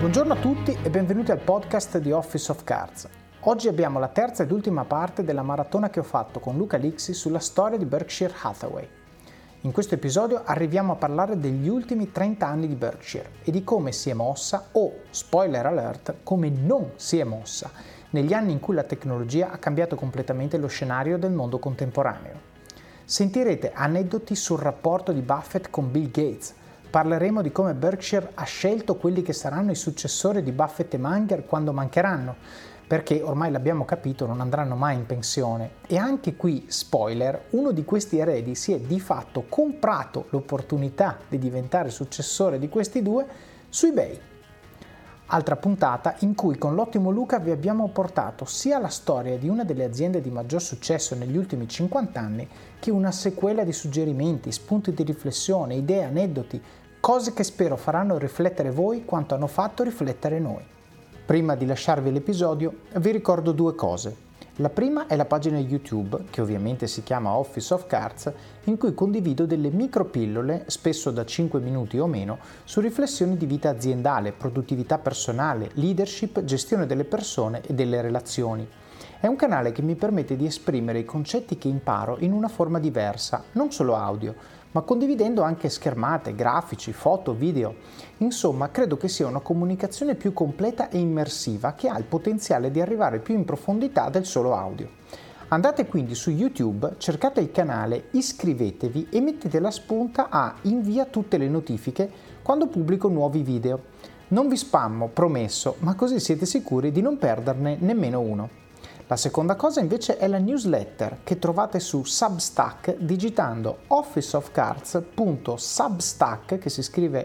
Buongiorno a tutti e benvenuti al podcast di Office of Cards. Oggi abbiamo la terza ed ultima parte della maratona che ho fatto con Luca Lixi sulla storia di Berkshire Hathaway. In questo episodio arriviamo a parlare degli ultimi 30 anni di Berkshire e di come si è mossa, o, spoiler alert, come non si è mossa, negli anni in cui la tecnologia ha cambiato completamente lo scenario del mondo contemporaneo. Sentirete aneddoti sul rapporto di Buffett con Bill Gates. Parleremo di come Berkshire ha scelto quelli che saranno i successori di Buffett e Munger quando mancheranno, perché ormai l'abbiamo capito non andranno mai in pensione. E anche qui, spoiler, uno di questi eredi si è di fatto comprato l'opportunità di diventare successore di questi due su eBay. Altra puntata in cui con l'ottimo Luca vi abbiamo portato sia la storia di una delle aziende di maggior successo negli ultimi 50 anni che una sequela di suggerimenti, spunti di riflessione, idee, aneddoti, cose che spero faranno riflettere voi quanto hanno fatto riflettere noi. Prima di lasciarvi l'episodio vi ricordo due cose. La prima è la pagina YouTube, che ovviamente si chiama Office of Cards, in cui condivido delle micropillole, spesso da 5 minuti o meno, su riflessioni di vita aziendale, produttività personale, leadership, gestione delle persone e delle relazioni. È un canale che mi permette di esprimere i concetti che imparo in una forma diversa, non solo audio, ma condividendo anche schermate, grafici, foto, video. Insomma, credo che sia una comunicazione più completa e immersiva che ha il potenziale di arrivare più in profondità del solo audio. Andate quindi su YouTube, cercate il canale, iscrivetevi e mettete la spunta a invia tutte le notifiche quando pubblico nuovi video. Non vi spammo, promesso, ma così siete sicuri di non perderne nemmeno uno. La seconda cosa invece è la newsletter che trovate su Substack digitando officeofcards.substack, che si scrive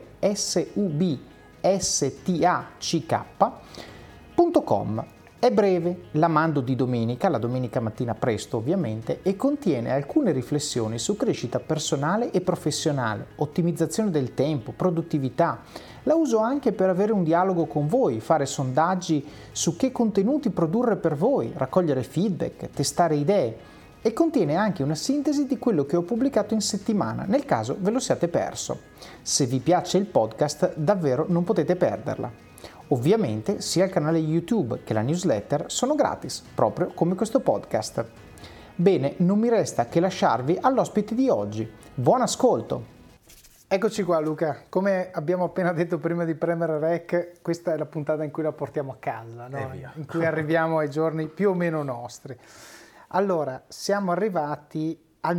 substack.com. È breve, la mando di domenica, la domenica mattina presto ovviamente, e contiene alcune riflessioni su crescita personale e professionale, ottimizzazione del tempo, produttività. La uso anche per avere un dialogo con voi, fare sondaggi su che contenuti produrre per voi, raccogliere feedback, testare idee, e contiene anche una sintesi di quello che ho pubblicato in settimana, nel caso ve lo siate perso. Se vi piace il podcast, davvero non potete perderla. Ovviamente sia il canale YouTube che la newsletter sono gratis, proprio come questo podcast. Bene, non mi resta che lasciarvi all'ospite di oggi. Buon ascolto! Eccoci qua Luca, come abbiamo appena detto prima di premere rec, questa è la puntata in cui la portiamo a casa, no? In cui arriviamo ai giorni più o meno nostri. Allora, siamo arrivati al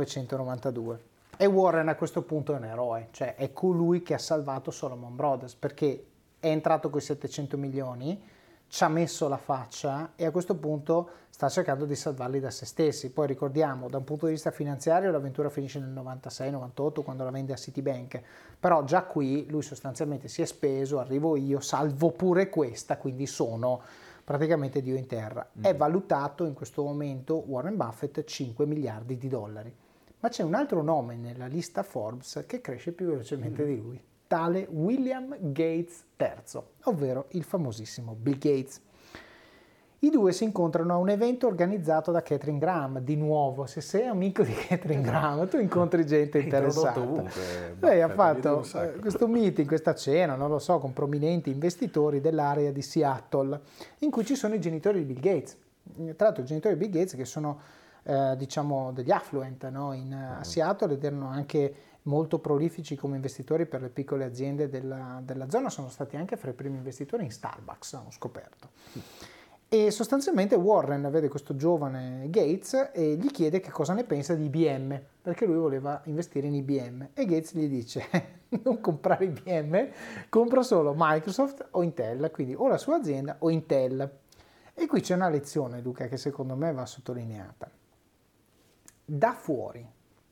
1992 e Warren a questo punto è un eroe, cioè è colui che ha salvato Salomon Brothers, perché è entrato con i 700 milioni, ci ha messo la faccia e a questo punto sta cercando di salvarli da se stessi. Poi ricordiamo, da un punto di vista finanziario l'avventura finisce nel 96-98 quando la vende a Citibank, però già qui lui sostanzialmente si è speso, arrivo io, salvo pure questa, quindi sono praticamente Dio in terra. È valutato in questo momento Warren Buffett 5 miliardi di dollari, ma c'è un altro nome nella lista Forbes che cresce più velocemente di lui, tale William Gates III, ovvero il famosissimo Bill Gates. I due si incontrano a un evento organizzato da Katharine Graham. Di nuovo, se sei amico di Katharine Graham, tu incontri gente interessata. Lei ha fatto questo meeting, questa cena, non lo so, con prominenti investitori dell'area di Seattle, in cui ci sono i genitori di Bill Gates. Tra l'altro i genitori di Bill Gates che sono diciamo degli affluent, no? A Seattle, ed erano anche molto prolifici come investitori per le piccole aziende della zona, sono stati anche fra i primi investitori in Starbucks, ho scoperto. E sostanzialmente Warren vede questo giovane Gates e gli chiede che cosa ne pensa di IBM, perché lui voleva investire in IBM, e Gates gli dice non comprare IBM, compra solo Microsoft o Intel, quindi o la sua azienda o Intel. E qui c'è una lezione, Luca, che secondo me va sottolineata. Da fuori,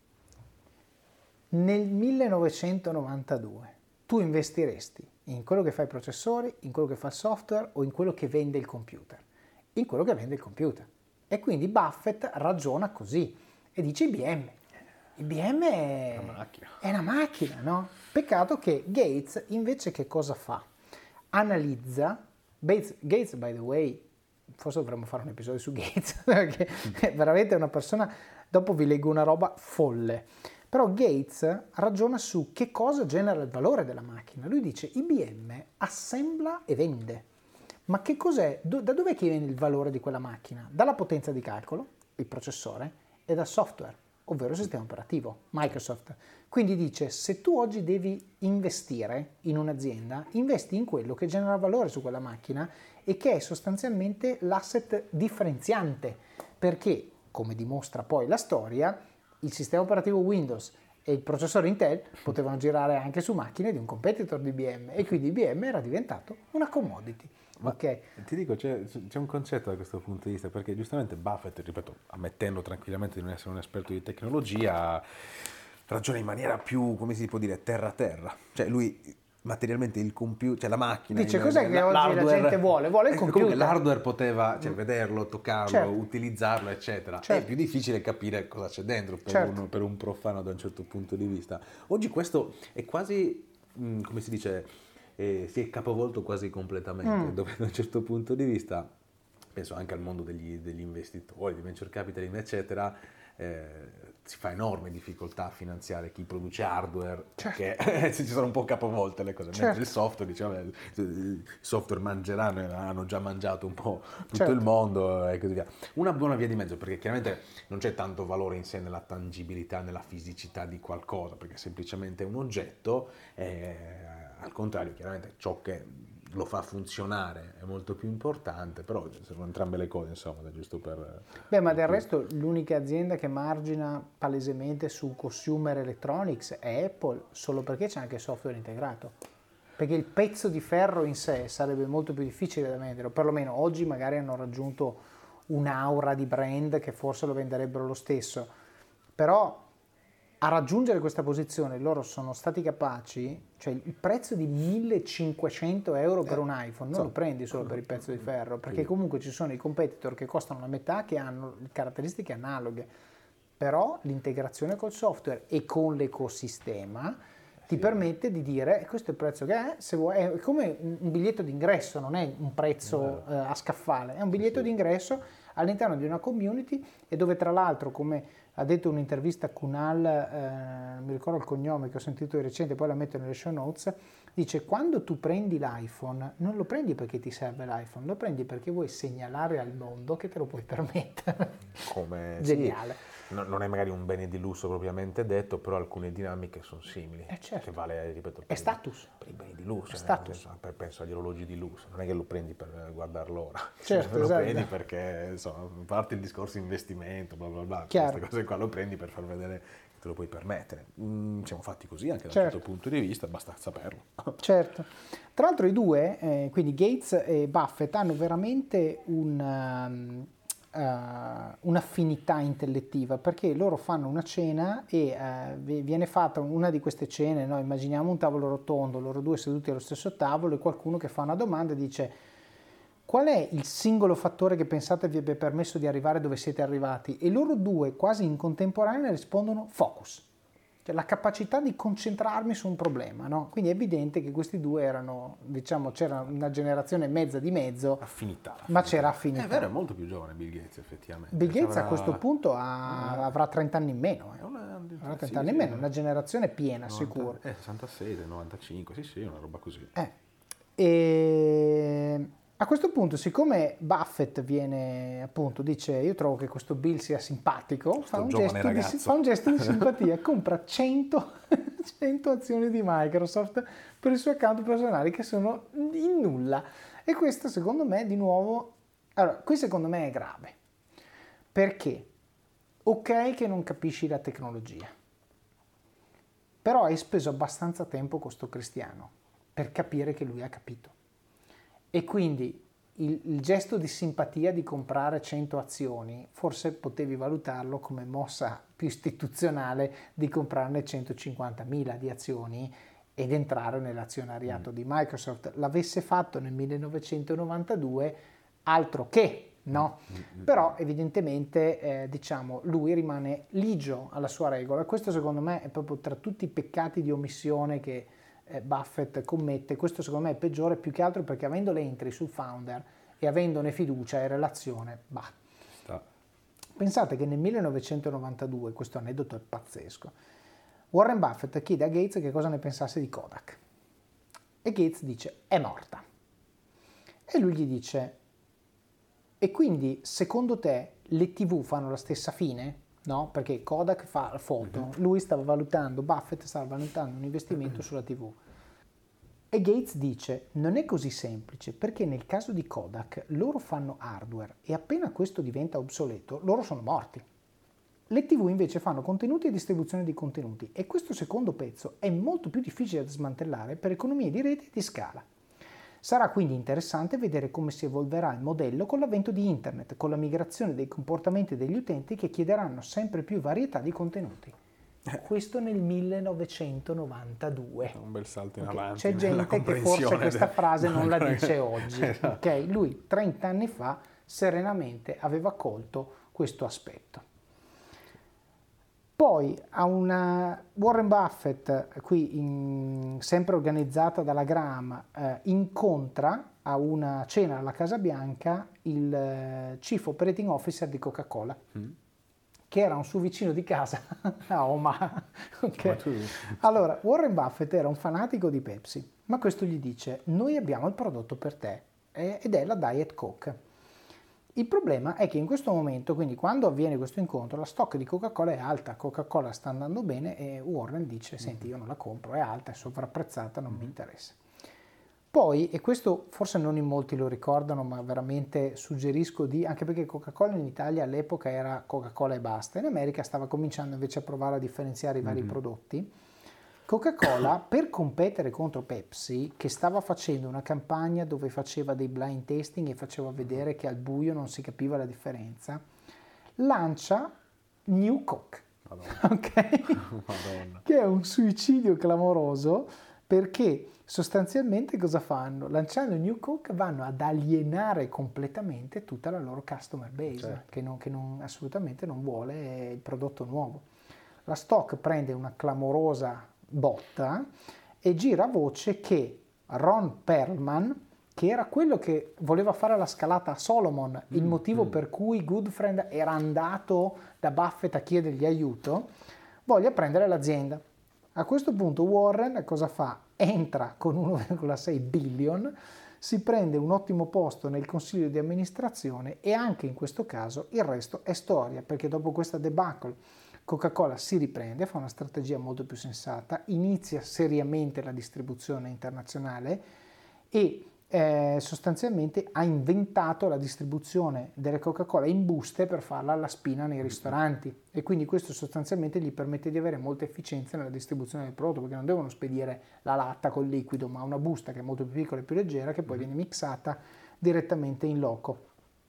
nel 1992, tu investiresti in quello che fa i processori, in quello che fa il software o in quello che vende il computer? In quello che vende il computer. E quindi Buffett ragiona così e dice IBM. IBM è una macchina, no? Peccato che Gates invece che cosa fa? Analizza, Gates by the way, forse dovremmo fare un episodio su Gates, perché è veramente una persona, dopo vi leggo una roba folle. Però Gates ragiona su che cosa genera il valore della macchina. Lui dice IBM assembla e vende. Ma che cos'è? Da dov'è che viene il valore di quella macchina? Dalla potenza di calcolo, il processore, e dal software, ovvero il sistema operativo, Microsoft. Quindi dice, se tu oggi devi investire in un'azienda, investi in quello che genera valore su quella macchina e che è sostanzialmente l'asset differenziante, perché, come dimostra poi la storia, il sistema operativo Windows e il processore Intel potevano girare anche su macchine di un competitor di IBM e quindi IBM era diventato una commodity. Ma Okay. ti dico, c'è un concetto da questo punto di vista, perché giustamente Buffett, ripeto, ammettendo tranquillamente di non essere un esperto di tecnologia, ragiona in maniera più, come si può dire, terra-terra. Cioè lui materialmente il computer, cioè la macchina, Dice cos'è che oggi la gente vuole? Vuole il computer. Comunque l'hardware poteva, cioè, vederlo, toccarlo, Certo. utilizzarlo, eccetera. Certo. È più difficile capire cosa c'è dentro per, Certo. per un profano da un certo punto di vista. Oggi questo è quasi, come si dice, si è capovolto quasi completamente, dove da un certo punto di vista, penso anche al mondo degli investitori, di venture capital, eccetera, si fa enorme difficoltà a finanziare chi produce hardware, Certo. perché ci sono un po' capovolte le cose, Certo. mentre il software, diciamo, il software mangeranno, hanno già mangiato un po' tutto Certo. il mondo e così via. Una buona via di mezzo, perché chiaramente non c'è tanto valore in sé nella tangibilità, nella fisicità di qualcosa, perché è semplicemente un oggetto, al contrario, chiaramente ciò che lo fa funzionare è molto più importante, però sono entrambe le cose, insomma, giusto per... Beh, ma del resto l'unica azienda che margina palesemente su consumer electronics è Apple, solo perché c'è anche il software integrato. Perché il pezzo di ferro in sé sarebbe molto più difficile da vendere, o perlomeno oggi magari hanno raggiunto un'aura di brand che forse lo venderebbero lo stesso. Però a raggiungere questa posizione loro sono stati capaci, cioè il prezzo di 1.500 euro per un iPhone non lo prendi solo per il pezzo di ferro, perché comunque ci sono i competitor che costano la metà, che hanno caratteristiche analoghe, però l'integrazione col software e con l'ecosistema ti permette di dire questo è il prezzo che è, se vuoi, è come un biglietto d'ingresso, non è un prezzo a scaffale, è un biglietto d'ingresso all'interno di una community e dove tra l'altro, come ha detto un'intervista a Kunal, mi ricordo il cognome che ho sentito di recente, poi la metto nelle show notes, dice quando tu prendi l'iPhone non lo prendi perché ti serve l'iPhone, lo prendi perché vuoi segnalare al mondo che te lo puoi permettere. Come, Geniale. sì, non è magari un bene di lusso propriamente detto, però alcune dinamiche sono simili. Certo. Che vale, ripeto, È status. Per i beni di lusso. Status. Penso agli orologi di lusso, non è che lo prendi per guardare l'ora. Certo, lo esatto. prendi perché, insomma, parte il discorso investimento, bla bla bla, Chiaro. queste cose qua lo prendi per far vedere che te lo puoi permettere. Siamo fatti così anche da un Certo. certo punto di vista, basta saperlo. Certo. Tra l'altro i due, quindi Gates e Buffett, hanno veramente un'affinità intellettiva, perché loro fanno una cena e viene fatta una di queste cene, no? Immaginiamo un tavolo rotondo, loro due seduti allo stesso tavolo e qualcuno che fa una domanda e dice qual è il singolo fattore che pensate vi abbia permesso di arrivare dove siete arrivati? E loro due quasi in contemporanea rispondono focus. Cioè la capacità di concentrarmi su un problema, no? Quindi è evidente che questi due erano, diciamo, c'era una generazione mezza di mezzo, Affinità. ma c'era affinità. È vero, è molto più giovane Bill Gates, effettivamente. Bill Gates a questo punto avrà 30 anni in meno. Avrà 30 anni in meno, una generazione piena, 90, sicuro. 66, 95, sì, una roba così. E a questo punto, siccome Buffett viene, appunto, dice io trovo che questo Bill sia simpatico, fa un gesto di simpatia, compra 100 azioni di Microsoft per il suo account personale che sono in nulla. E questo secondo me, di nuovo, allora, qui secondo me è grave. Perché? Ok che non capisci la tecnologia, però hai speso abbastanza tempo con sto cristiano per capire che lui ha capito. E quindi il gesto di simpatia di comprare 100 azioni, forse potevi valutarlo come mossa più istituzionale di comprarne 150.000 di azioni ed entrare nell'azionariato di Microsoft. L'avesse fatto nel 1992, altro che, no? Però evidentemente diciamo lui rimane ligio alla sua regola. Questo secondo me è proprio tra tutti i peccati di omissione che Buffett commette. Questo secondo me è peggiore, più che altro perché avendo le entry sul founder e avendone fiducia e relazione, pensate che nel 1992, questo aneddoto è pazzesco, Warren Buffett chiede a Gates che cosa ne pensasse di Kodak e Gates dice è morta. E lui gli dice e quindi secondo te le TV fanno la stessa fine? No? Perché Kodak fa foto, lui stava valutando, Buffett stava valutando un investimento sulla TV. E Gates dice non è così semplice perché nel caso di Kodak loro fanno hardware e appena questo diventa obsoleto loro sono morti. Le TV invece fanno contenuti e distribuzione di contenuti e questo secondo pezzo è molto più difficile da smantellare per economie di rete e di scala. Sarà quindi interessante vedere come si evolverà il modello con l'avvento di Internet, con la migrazione dei comportamenti degli utenti che chiederanno sempre più varietà di contenuti. Questo nel 1992. Un bel salto in avanti. C'è gente che forse questa frase non la dice oggi. Esatto. Okay? Lui 30 anni fa serenamente aveva colto questo aspetto. Poi a una Warren Buffett, qui sempre organizzata dalla Graham, incontra a una cena alla Casa Bianca il Chief Operating Officer di Coca-Cola, che era un suo vicino di casa a Omaha. Okay. Allora, Warren Buffett era un fanatico di Pepsi, ma questo gli dice, noi abbiamo il prodotto per te, ed è la Diet Coke. Il problema è che in questo momento, quindi quando avviene questo incontro, la stock di Coca-Cola è alta, Coca-Cola sta andando bene e Warren dice, senti io non la compro, è alta, è sovrapprezzata, non mi interessa. Poi, e questo forse non in molti lo ricordano, ma veramente suggerisco di, anche perché Coca-Cola in Italia all'epoca era Coca-Cola e basta, in America stava cominciando invece a provare a differenziare i vari prodotti. Coca-Cola, per competere contro Pepsi, che stava facendo una campagna dove faceva dei blind tasting e faceva vedere che al buio non si capiva la differenza, lancia New Coke, okay? Che è un suicidio clamoroso perché sostanzialmente cosa fanno? Lanciando New Coke vanno ad alienare completamente tutta la loro customer base, certo, che assolutamente non vuole il prodotto nuovo. La stock prende una clamorosa botta e gira voce che Ron Perlman, che era quello che voleva fare la scalata a Solomon, il motivo per cui Goodfriend era andato da Buffett a chiedergli aiuto, voglia prendere l'azienda. A questo punto Warren cosa fa? Entra con 1,6 billion, si prende un ottimo posto nel consiglio di amministrazione e anche in questo caso il resto è storia, perché dopo questa debacle Coca-Cola si riprende, fa una strategia molto più sensata, inizia seriamente la distribuzione internazionale e sostanzialmente ha inventato la distribuzione delle Coca-Cola in buste per farla alla spina nei ristoranti e quindi questo sostanzialmente gli permette di avere molta efficienza nella distribuzione del prodotto perché non devono spedire la latta col liquido ma una busta che è molto più piccola e più leggera che poi viene mixata direttamente in loco.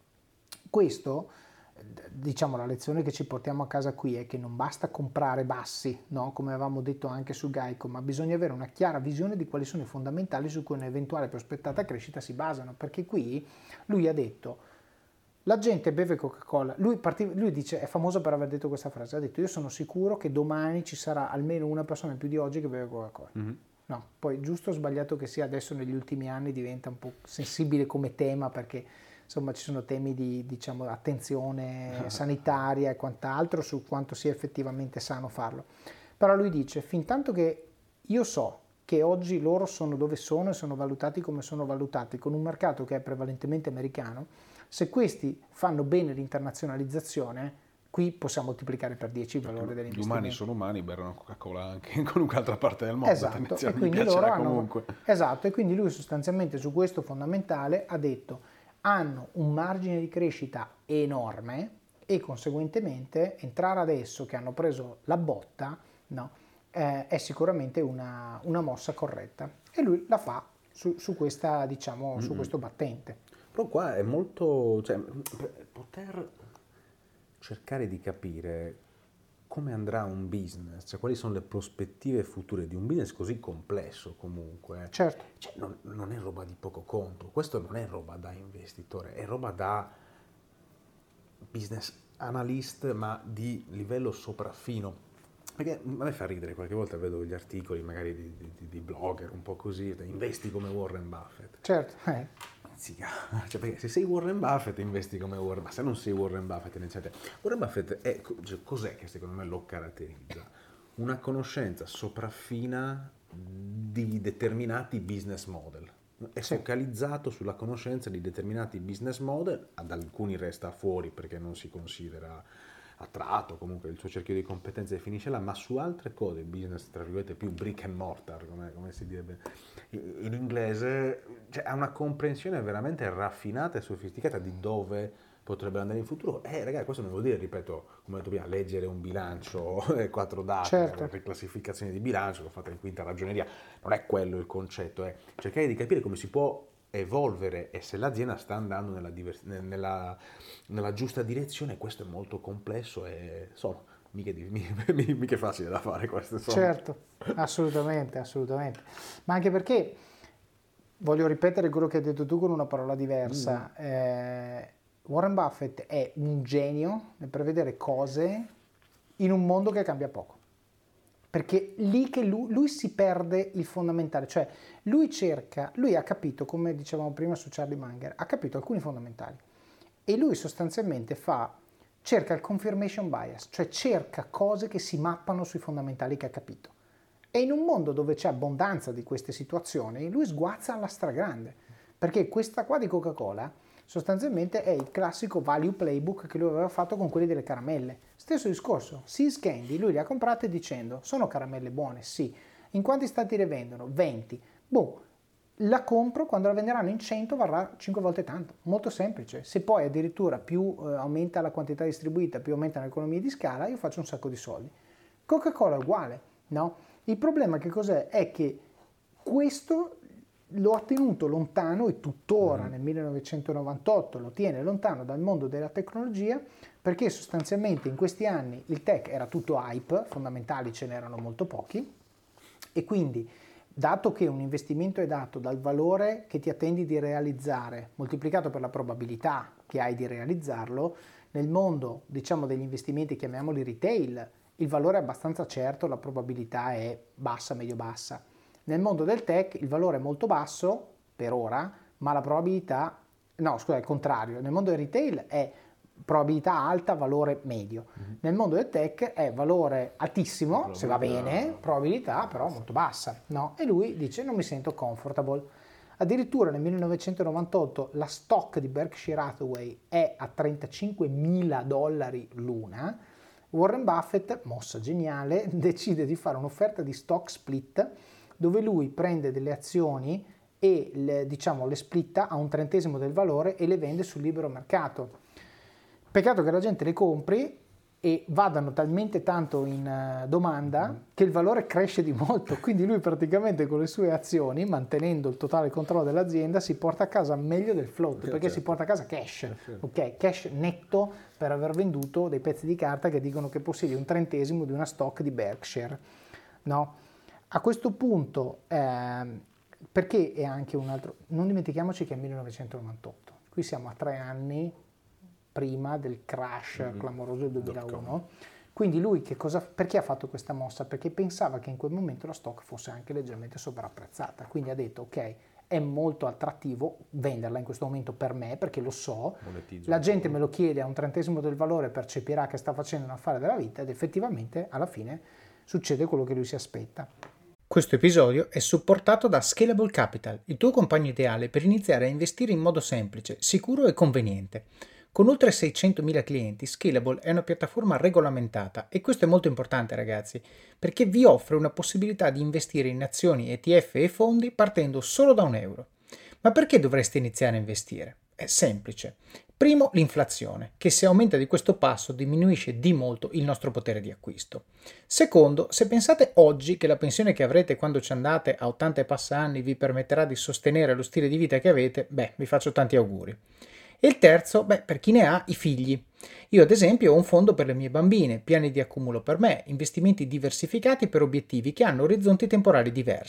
Questo, diciamo, la lezione che ci portiamo a casa qui è che non basta comprare bassi, no? Come avevamo detto anche su Geico, ma bisogna avere una chiara visione di quali sono i fondamentali su cui un'eventuale prospettata crescita si basano, perché qui lui ha detto la gente beve Coca-Cola, lui dice, è famoso per aver detto questa frase, ha detto io sono sicuro che domani ci sarà almeno una persona in più di oggi che beve Coca-Cola. No, poi giusto o sbagliato che sia, adesso negli ultimi anni diventa un po' sensibile come tema perché insomma ci sono temi di, diciamo, attenzione sanitaria e quant'altro su quanto sia effettivamente sano farlo. Però lui dice, fin tanto che io so che oggi loro sono dove sono e sono valutati come sono valutati, con un mercato che è prevalentemente americano, se questi fanno bene l'internazionalizzazione, qui possiamo moltiplicare per 10 il valore dell'investimento. Gli umani sono umani, bevono Coca-Cola anche in qualunque altra parte del mondo. Esatto, e quindi loro hanno, esatto, e quindi lui sostanzialmente su questo fondamentale ha detto hanno un margine di crescita enorme e conseguentemente entrare adesso che hanno preso la botta, no, è sicuramente una mossa corretta e lui la fa su questa, diciamo, su questo battente. Però qua è molto, cioè, poter cercare di capire come andrà un business, cioè quali sono le prospettive future di un business così complesso comunque. Certo. Cioè, non è roba di poco conto, questo non è roba da investitore, è roba da business analyst ma di livello sopraffino. Perché a me fa ridere, qualche volta vedo gli articoli magari di blogger un po' così, investi come Warren Buffett. Certo. Cioè, perché se sei Warren Buffett investi come Warren Buffett, se non sei Warren Buffett eccetera. Warren Buffett è, cioè, cos'è che secondo me lo caratterizza? una conoscenza sopraffina di determinati business model. È Sì. focalizzato sulla conoscenza di determinati business model, ad alcuni resta fuori perché non si considera attratto, comunque il suo cerchio di competenze finisce là, ma su altre cose, business tra virgolette più brick and mortar, come si direbbe in inglese, cioè, ha una comprensione veramente raffinata e sofisticata di dove potrebbe andare in futuro. Ragazzi, questo non vuol dire, ripeto, come ho detto prima, leggere un bilancio e 4 date, Certo. riclassificazione di bilancio, l'ho fatta in quinta ragioneria, non è quello il concetto, è cercare di capire come si può evolvere e se l'azienda sta andando nella giusta direzione. Questo è molto complesso e mica è facile da fare questo, insomma. Certo, assolutamente, assolutamente. Ma anche perché, voglio ripetere quello che hai detto tu con una parola diversa, Warren Buffett è un genio nel prevedere cose in un mondo che cambia poco. Perché lì che lui si perde il fondamentale, cioè lui ha capito, come dicevamo prima su Charlie Munger, ha capito alcuni fondamentali e lui sostanzialmente cerca il confirmation bias, cioè cerca cose che si mappano sui fondamentali che ha capito. E in un mondo dove c'è abbondanza di queste situazioni, lui sguazza alla stragrande, perché questa qua di Coca-Cola sostanzialmente è il classico value playbook che lui aveva fatto con quelli delle caramelle. Stesso discorso, See's Candy, lui le ha comprate dicendo, sono caramelle buone, sì. In quanti stati le vendono? 20. Boh, la compro, quando la venderanno in 100 varrà 5 volte tanto. Molto semplice. Se poi addirittura più aumenta la quantità distribuita, più aumentano le economie di scala, io faccio un sacco di soldi. Coca-Cola è uguale, no? Il problema che cos'è? È che questo lo ha tenuto lontano e tuttora nel 1998 lo tiene lontano dal mondo della tecnologia, perché sostanzialmente in questi anni il tech era tutto hype, fondamentali ce n'erano molto pochi, e quindi dato che un investimento è dato dal valore che ti attendi di realizzare moltiplicato per la probabilità che hai di realizzarlo, nel mondo diciamo degli investimenti, chiamiamoli retail, il valore è abbastanza certo, la probabilità è bassa, medio-bassa. Nel mondo del tech il valore è molto basso per ora, ma la probabilità, no scusa, è il contrario, nel mondo del retail è probabilità alta, valore medio. Nel mondo del tech è valore altissimo, se va bene, probabilità però molto bassa, no? E lui dice non mi sento comfortable. Addirittura nel 1998 la stock di Berkshire Hathaway è a $35.000 l'una. Warren Buffett, mossa geniale, decide di fare un'offerta di stock split dove lui prende delle azioni e le splitta a 1/30 del valore e le vende sul libero mercato. Peccato che la gente le compri e vadano talmente tanto in domanda che il valore cresce di molto, quindi lui praticamente con le sue azioni, mantenendo il totale controllo dell'azienda, si porta a casa meglio del float, perché si porta a casa cash, ok? Cash netto per aver venduto dei pezzi di carta che dicono che possiedi 1/30 di una stock di Berkshire, no? A questo punto, perché è anche un altro, non dimentichiamoci che è 1998, qui siamo a 3 anni prima del crash clamoroso del 2001, quindi lui perché ha fatto questa mossa? Perché pensava che in quel momento la stock fosse anche leggermente sovrapprezzata, quindi ha detto ok, è molto attrattivo venderla in questo momento per me, perché lo so, la gente me lo chiede a 1/30 del valore, percepirà che sta facendo un affare della vita ed effettivamente alla fine succede quello che lui si aspetta. Questo episodio è supportato da Scalable Capital, il tuo compagno ideale per iniziare a investire in modo semplice, sicuro e conveniente. Con oltre 600.000 clienti, Scalable è una piattaforma regolamentata e questo è molto importante ragazzi, perché vi offre una possibilità di investire in azioni, ETF e fondi partendo solo da €1. Ma perché dovreste iniziare a investire? È semplice. Primo, l'inflazione, che se aumenta di questo passo diminuisce di molto il nostro potere di acquisto. Secondo, se pensate oggi che la pensione che avrete quando ci andate a 80 e passa anni vi permetterà di sostenere lo stile di vita che avete, vi faccio tanti auguri. E il terzo, per chi ne ha, i figli. Io ad esempio ho un fondo per le mie bambine, piani di accumulo per me, investimenti diversificati per obiettivi che hanno orizzonti temporali diversi.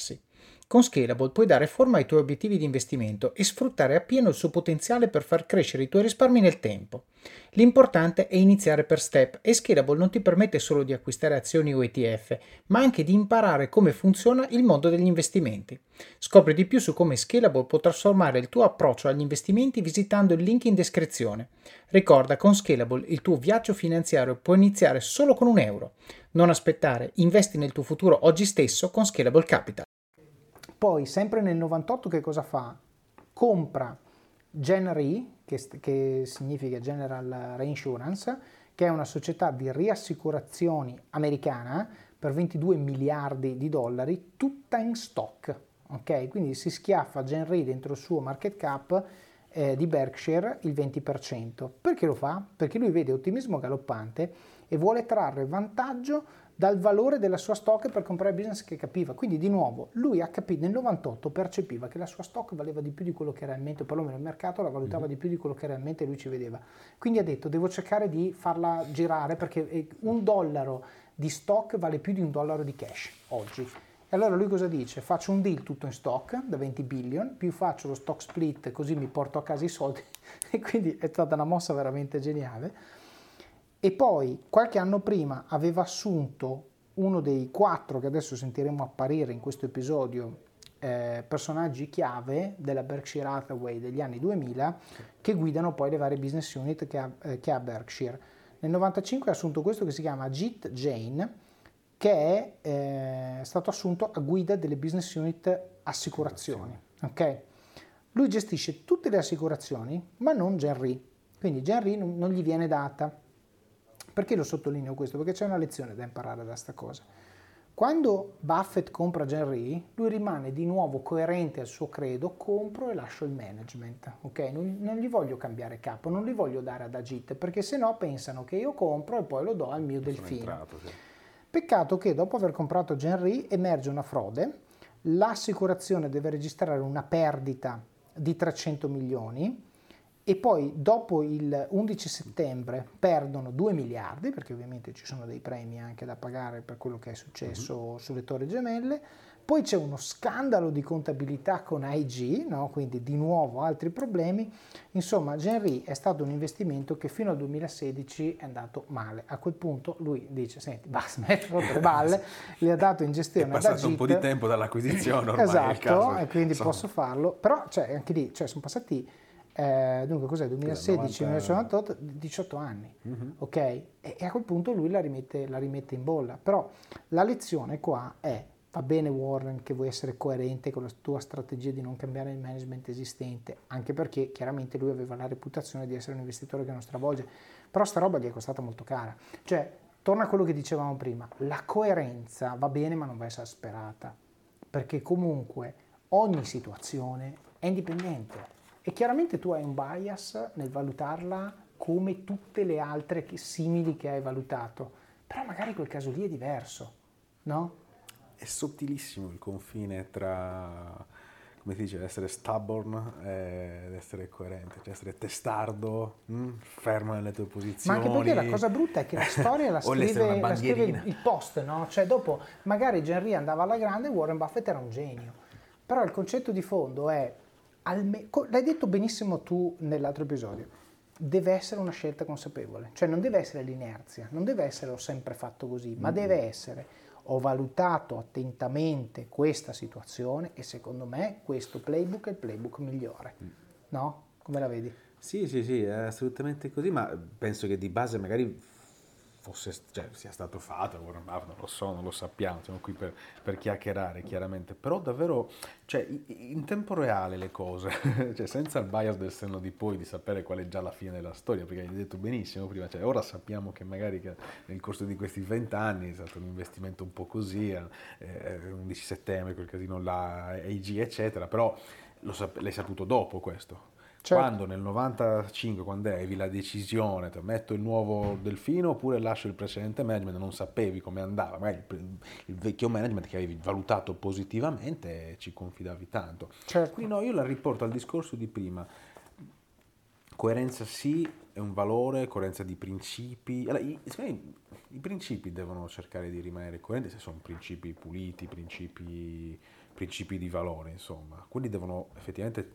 Con Scalable puoi dare forma ai tuoi obiettivi di investimento e sfruttare appieno il suo potenziale per far crescere i tuoi risparmi nel tempo. L'importante è iniziare per step e Scalable non ti permette solo di acquistare azioni o ETF, ma anche di imparare come funziona il mondo degli investimenti. Scopri di più su come Scalable può trasformare il tuo approccio agli investimenti visitando il link in descrizione. Ricorda, con Scalable il tuo viaggio finanziario può iniziare solo con €1. Non aspettare, investi nel tuo futuro oggi stesso con Scalable Capital. Poi, sempre nel 98, che cosa fa? Compra GenRe, che significa General Reinsurance, che è una società di riassicurazioni americana per $22 miliardi, tutta in stock. Ok? Quindi si schiaffa GenRe dentro il suo market cap di Berkshire il 20%. Perché lo fa? Perché lui vede ottimismo galoppante e vuole trarre vantaggio dal valore della sua stock per comprare business che capiva. Quindi di nuovo lui ha capito, nel 98 percepiva che la sua stock valeva di più di quello che realmente, o perlomeno il mercato la valutava di più di quello che realmente lui ci vedeva. Quindi ha detto: devo cercare di farla girare, perché $1 di stock vale più di $1 di cash oggi. E allora lui cosa dice? Faccio un deal tutto in stock da 20 billion, più faccio lo stock split, così mi porto a casa i soldi. E quindi è stata una mossa veramente geniale. E poi qualche anno prima aveva assunto uno dei 4 che adesso sentiremo apparire in questo episodio, personaggi chiave della Berkshire Hathaway degli anni 2000, che guidano poi le varie business unit che ha Berkshire. Nel 95 ha assunto questo che si chiama Ajit Jain, che è stato assunto a guida delle business unit assicurazioni. Okay? Lui gestisce tutte le assicurazioni, ma non GenRe. Quindi GenRe non gli viene data. Perché lo sottolineo questo? Perché c'è una lezione da imparare da sta cosa. Quando Buffett compra GenRe, lui rimane di nuovo coerente al suo credo: compro e lascio il management, ok? Non gli voglio cambiare capo, non li voglio dare ad Ajit, perché sennò pensano che io compro e poi lo do al mio delfino. Sì. Peccato che dopo aver comprato GenRe emerge una frode, l'assicurazione deve registrare una perdita di 300 milioni, e poi dopo il 11 settembre perdono 2 miliardi, perché ovviamente ci sono dei premi anche da pagare per quello che è successo sulle Torri Gemelle. Poi c'è uno scandalo di contabilità con AIG, no? Quindi di nuovo altri problemi. Insomma, GenRe è stato un investimento che fino al 2016 è andato male. A quel punto lui dice: senti, basta, smetti di le balle, li ha dato in gestione ad Ajit. È passato un po' di tempo dall'acquisizione ormai. Esatto, e quindi posso farlo. Però anche lì sono passati... dunque cos'è? 2016, 1998, 18 anni, ok? E a quel punto lui la rimette in bolla. Però la lezione qua è: va bene Warren che vuoi essere coerente con la tua strategia di non cambiare il management esistente, anche perché chiaramente lui aveva la reputazione di essere un investitore che non stravolge, però sta roba gli è costata molto cara. Cioè, torna a quello che dicevamo prima, la coerenza va bene ma non va esasperata, perché comunque ogni situazione è indipendente. E chiaramente tu hai un bias nel valutarla come tutte le altre simili che hai valutato, però magari quel caso lì è diverso, no? È sottilissimo il confine tra, come si dice, essere stubborn ed essere coerente, cioè essere testardo, fermo nelle tue posizioni. Ma anche perché la cosa brutta è che la storia la scrive il post, no? Cioè dopo magari GenRe andava alla grande e Warren Buffett era un genio, però il concetto di fondo è: l'hai detto benissimo tu nell'altro episodio, deve essere una scelta consapevole, cioè non deve essere l'inerzia, non deve essere ho sempre fatto così, ma deve essere: ho valutato attentamente questa situazione e secondo me questo playbook è il playbook migliore, no? Come la vedi? Sì, è assolutamente così, ma penso che di base magari sia stato fatto, non lo so, non lo sappiamo, siamo qui per chiacchierare chiaramente, però davvero, cioè, in tempo reale le cose, cioè, senza il bias del senno di poi, di sapere qual è già la fine della storia, perché hai detto benissimo prima, cioè, ora sappiamo che magari nel corso di questi 20 anni è stato un investimento un po' così, 11 settembre, quel casino là, AG eccetera, però l'hai saputo dopo questo. Certo. Quando nel 95, quando avevi la decisione, metto il nuovo delfino oppure lascio il precedente management, non sapevi come andava, magari il vecchio management che avevi valutato positivamente ci confidavi tanto. Certo. Quindi no, io la riporto al discorso di prima. Coerenza sì, è un valore, coerenza di principi. Allora, secondo me i principi devono cercare di rimanere coerenti se sono principi puliti, principi di valore, insomma. Quelli devono effettivamente,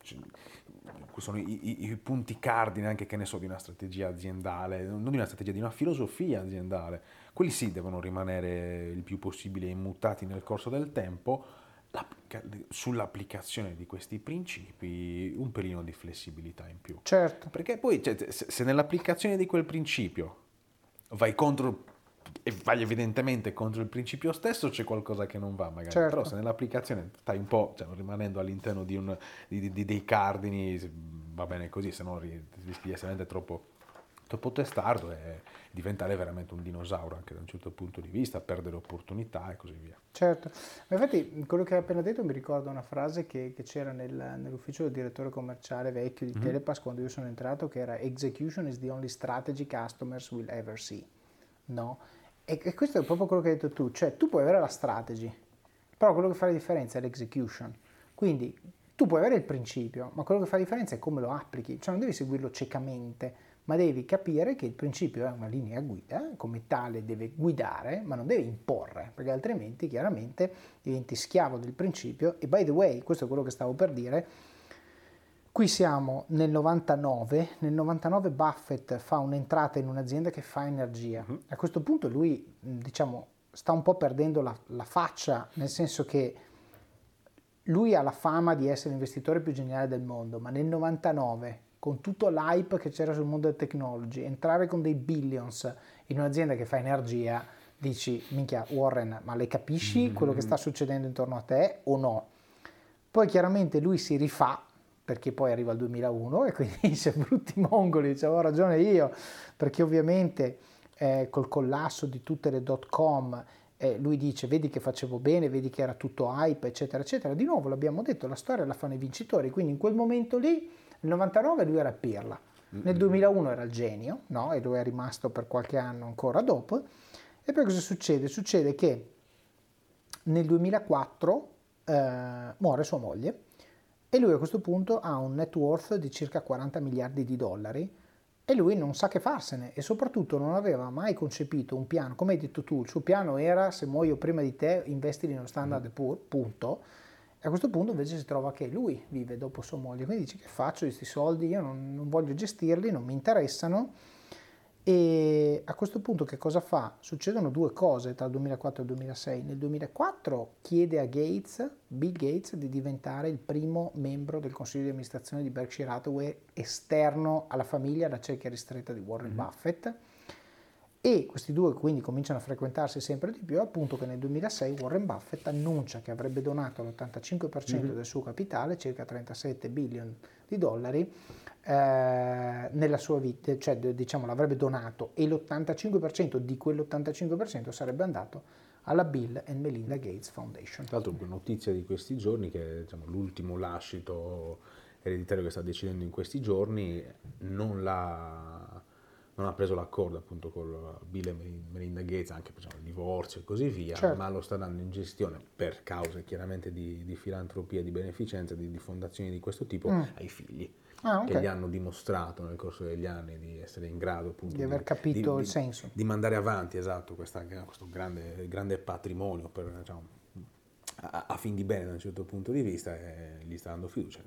sono i punti cardine anche, che ne so, di una strategia aziendale, non di una strategia, di una filosofia aziendale. Quelli sì devono rimanere il più possibile immutati nel corso del tempo. Sull'applicazione di questi principi un pelino di flessibilità in più. Certo. Perché poi, cioè, se nell'applicazione di quel principio vai contro, e vai evidentemente contro il principio stesso, c'è qualcosa che non va magari. Certo. Però se nell'applicazione stai un po', cioè, rimanendo all'interno dei cardini, va bene così, se no rischi di essere troppo testardo e diventare veramente un dinosauro anche da un certo punto di vista, perdere opportunità e così via. Certo, ma infatti quello che hai appena detto mi ricorda una frase che c'era nell'ufficio del direttore commerciale vecchio di Telepass quando io sono entrato, che era "Execution is the only strategy customers will ever see", no? E questo è proprio quello che hai detto tu, cioè tu puoi avere la strategy, però quello che fa la differenza è l'execution. Quindi tu puoi avere il principio, ma quello che fa la differenza è come lo applichi, cioè non devi seguirlo ciecamente, ma devi capire che il principio è una linea guida, come tale deve guidare, ma non deve imporre, perché altrimenti chiaramente diventi schiavo del principio. E by the way, questo è quello che stavo per dire, qui siamo nel 99 Buffett fa un'entrata in un'azienda che fa energia. A questo punto lui, diciamo, sta un po' perdendo la faccia, nel senso che lui ha la fama di essere l'investitore più geniale del mondo, ma nel 99, con tutto l'hype che c'era sul mondo del technology, entrare con dei billions in un'azienda che fa energia, dici, minchia Warren, ma le capisci quello che sta succedendo intorno a te o no? Poi chiaramente lui si rifà, perché poi arriva il 2001 e quindi dice, brutti mongoli, avevo ragione io, perché ovviamente col collasso di tutte le .com lui dice, vedi che facevo bene, vedi che era tutto hype, eccetera, eccetera. Di nuovo l'abbiamo detto, la storia la fanno i vincitori, quindi in quel momento lì, nel 99 lui era pirla, nel 2001 era il genio, no? E lo è rimasto per qualche anno ancora dopo. E poi cosa succede? Succede che nel 2004 muore sua moglie e lui a questo punto ha un net worth di circa 40 miliardi di dollari e lui non sa che farsene e soprattutto non aveva mai concepito un piano. Come hai detto tu, il suo piano era: se muoio prima di te investili nello Standard & Poor's, punto. E a questo punto invece si trova che lui vive dopo sua moglie, quindi dice: che faccio di questi soldi? Io non voglio gestirli, non mi interessano. E a questo punto che cosa fa? Succedono due cose tra il 2004 e il 2006. Nel 2004 chiede a Bill Gates, di diventare il primo membro del consiglio di amministrazione di Berkshire Hathaway esterno alla famiglia, alla cerchia ristretta di Warren Buffett. E questi due quindi cominciano a frequentarsi sempre di più, al punto che nel 2006 Warren Buffett annuncia che avrebbe donato l'85% del suo capitale, circa 37 billion di dollari, nella sua vita, cioè diciamo l'avrebbe donato, e l'85% di quell'85% sarebbe andato alla Bill and Melinda Gates Foundation. Tra l'altro, notizia di questi giorni che, diciamo, l'ultimo lascito ereditario che sta decidendo in questi giorni non ha preso l'accordo appunto con Bill e Melinda Gates, anche per il divorzio e così via, certo, ma lo sta dando in gestione per cause chiaramente di filantropia, di beneficenza, di fondazioni di questo tipo ai figli. Okay. Che gli hanno dimostrato nel corso degli anni di essere in grado appunto di aver capito il senso, di mandare avanti, esatto, questo grande patrimonio per, diciamo, a fin di bene da un certo punto di vista, e gli sta dando fiducia.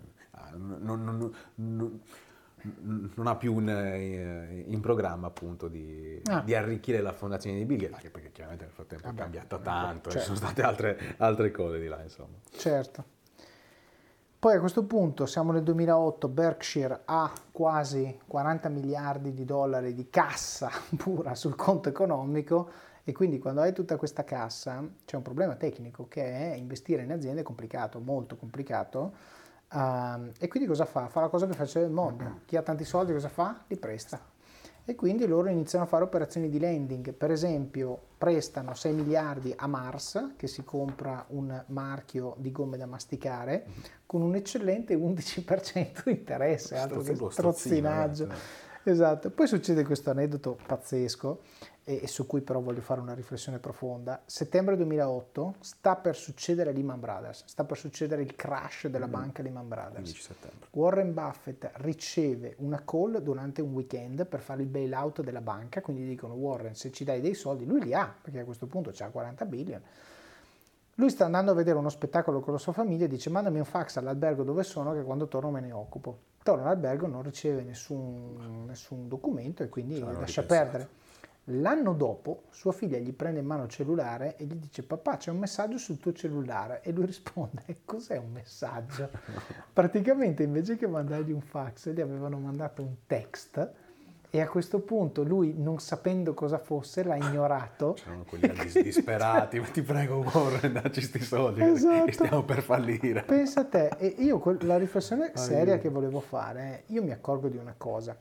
Non ha più in programma appunto di arricchire la fondazione di Bill Gates, anche perché chiaramente nel frattempo è cambiata tanto, certo. Ci sono state altre cose di là, insomma. Certo. Poi a questo punto siamo nel 2008, Berkshire ha quasi 40 miliardi di dollari di cassa pura sul conto economico, e quindi quando hai tutta questa cassa c'è un problema tecnico, che è investire in aziende è complicato, molto complicato, e quindi cosa fa? Fa la cosa più facile del mondo. Chi ha tanti soldi cosa fa? Li presta. E quindi loro iniziano a fare operazioni di lending, per esempio prestano 6 miliardi a Mars, che si compra un marchio di gomme da masticare, con un eccellente 11% di interesse, altro che strozzinaggio. Esatto. Poi succede questo aneddoto pazzesco, e su cui però voglio fare una riflessione profonda. Settembre 2008 sta per succedere Lehman Brothers, sta per succedere il crash della banca Lehman Brothers. 15 settembre. Warren Buffett riceve una call durante un weekend per fare il bailout della banca, quindi dicono Warren, se ci dai dei soldi, lui li ha, perché a questo punto c'ha 40 billion. Lui sta andando a vedere uno spettacolo con la sua famiglia e dice mandami un fax all'albergo dove sono che quando torno me ne occupo. Torna all'albergo, non riceve nessun documento e quindi lascia perdere. L'anno dopo sua figlia gli prende in mano il cellulare e gli dice papà c'è un messaggio sul tuo cellulare e lui risponde cos'è un messaggio? Praticamente invece che mandargli un fax gli avevano mandato un text e a questo punto lui, non sapendo cosa fosse, l'ha ignorato. C'erano quelli disperati, ma ti prego Warren, dacci sti soldi, Esatto. che stiamo per fallire. Pensa a te, e io la riflessione seria che volevo fare, io mi accorgo di una cosa.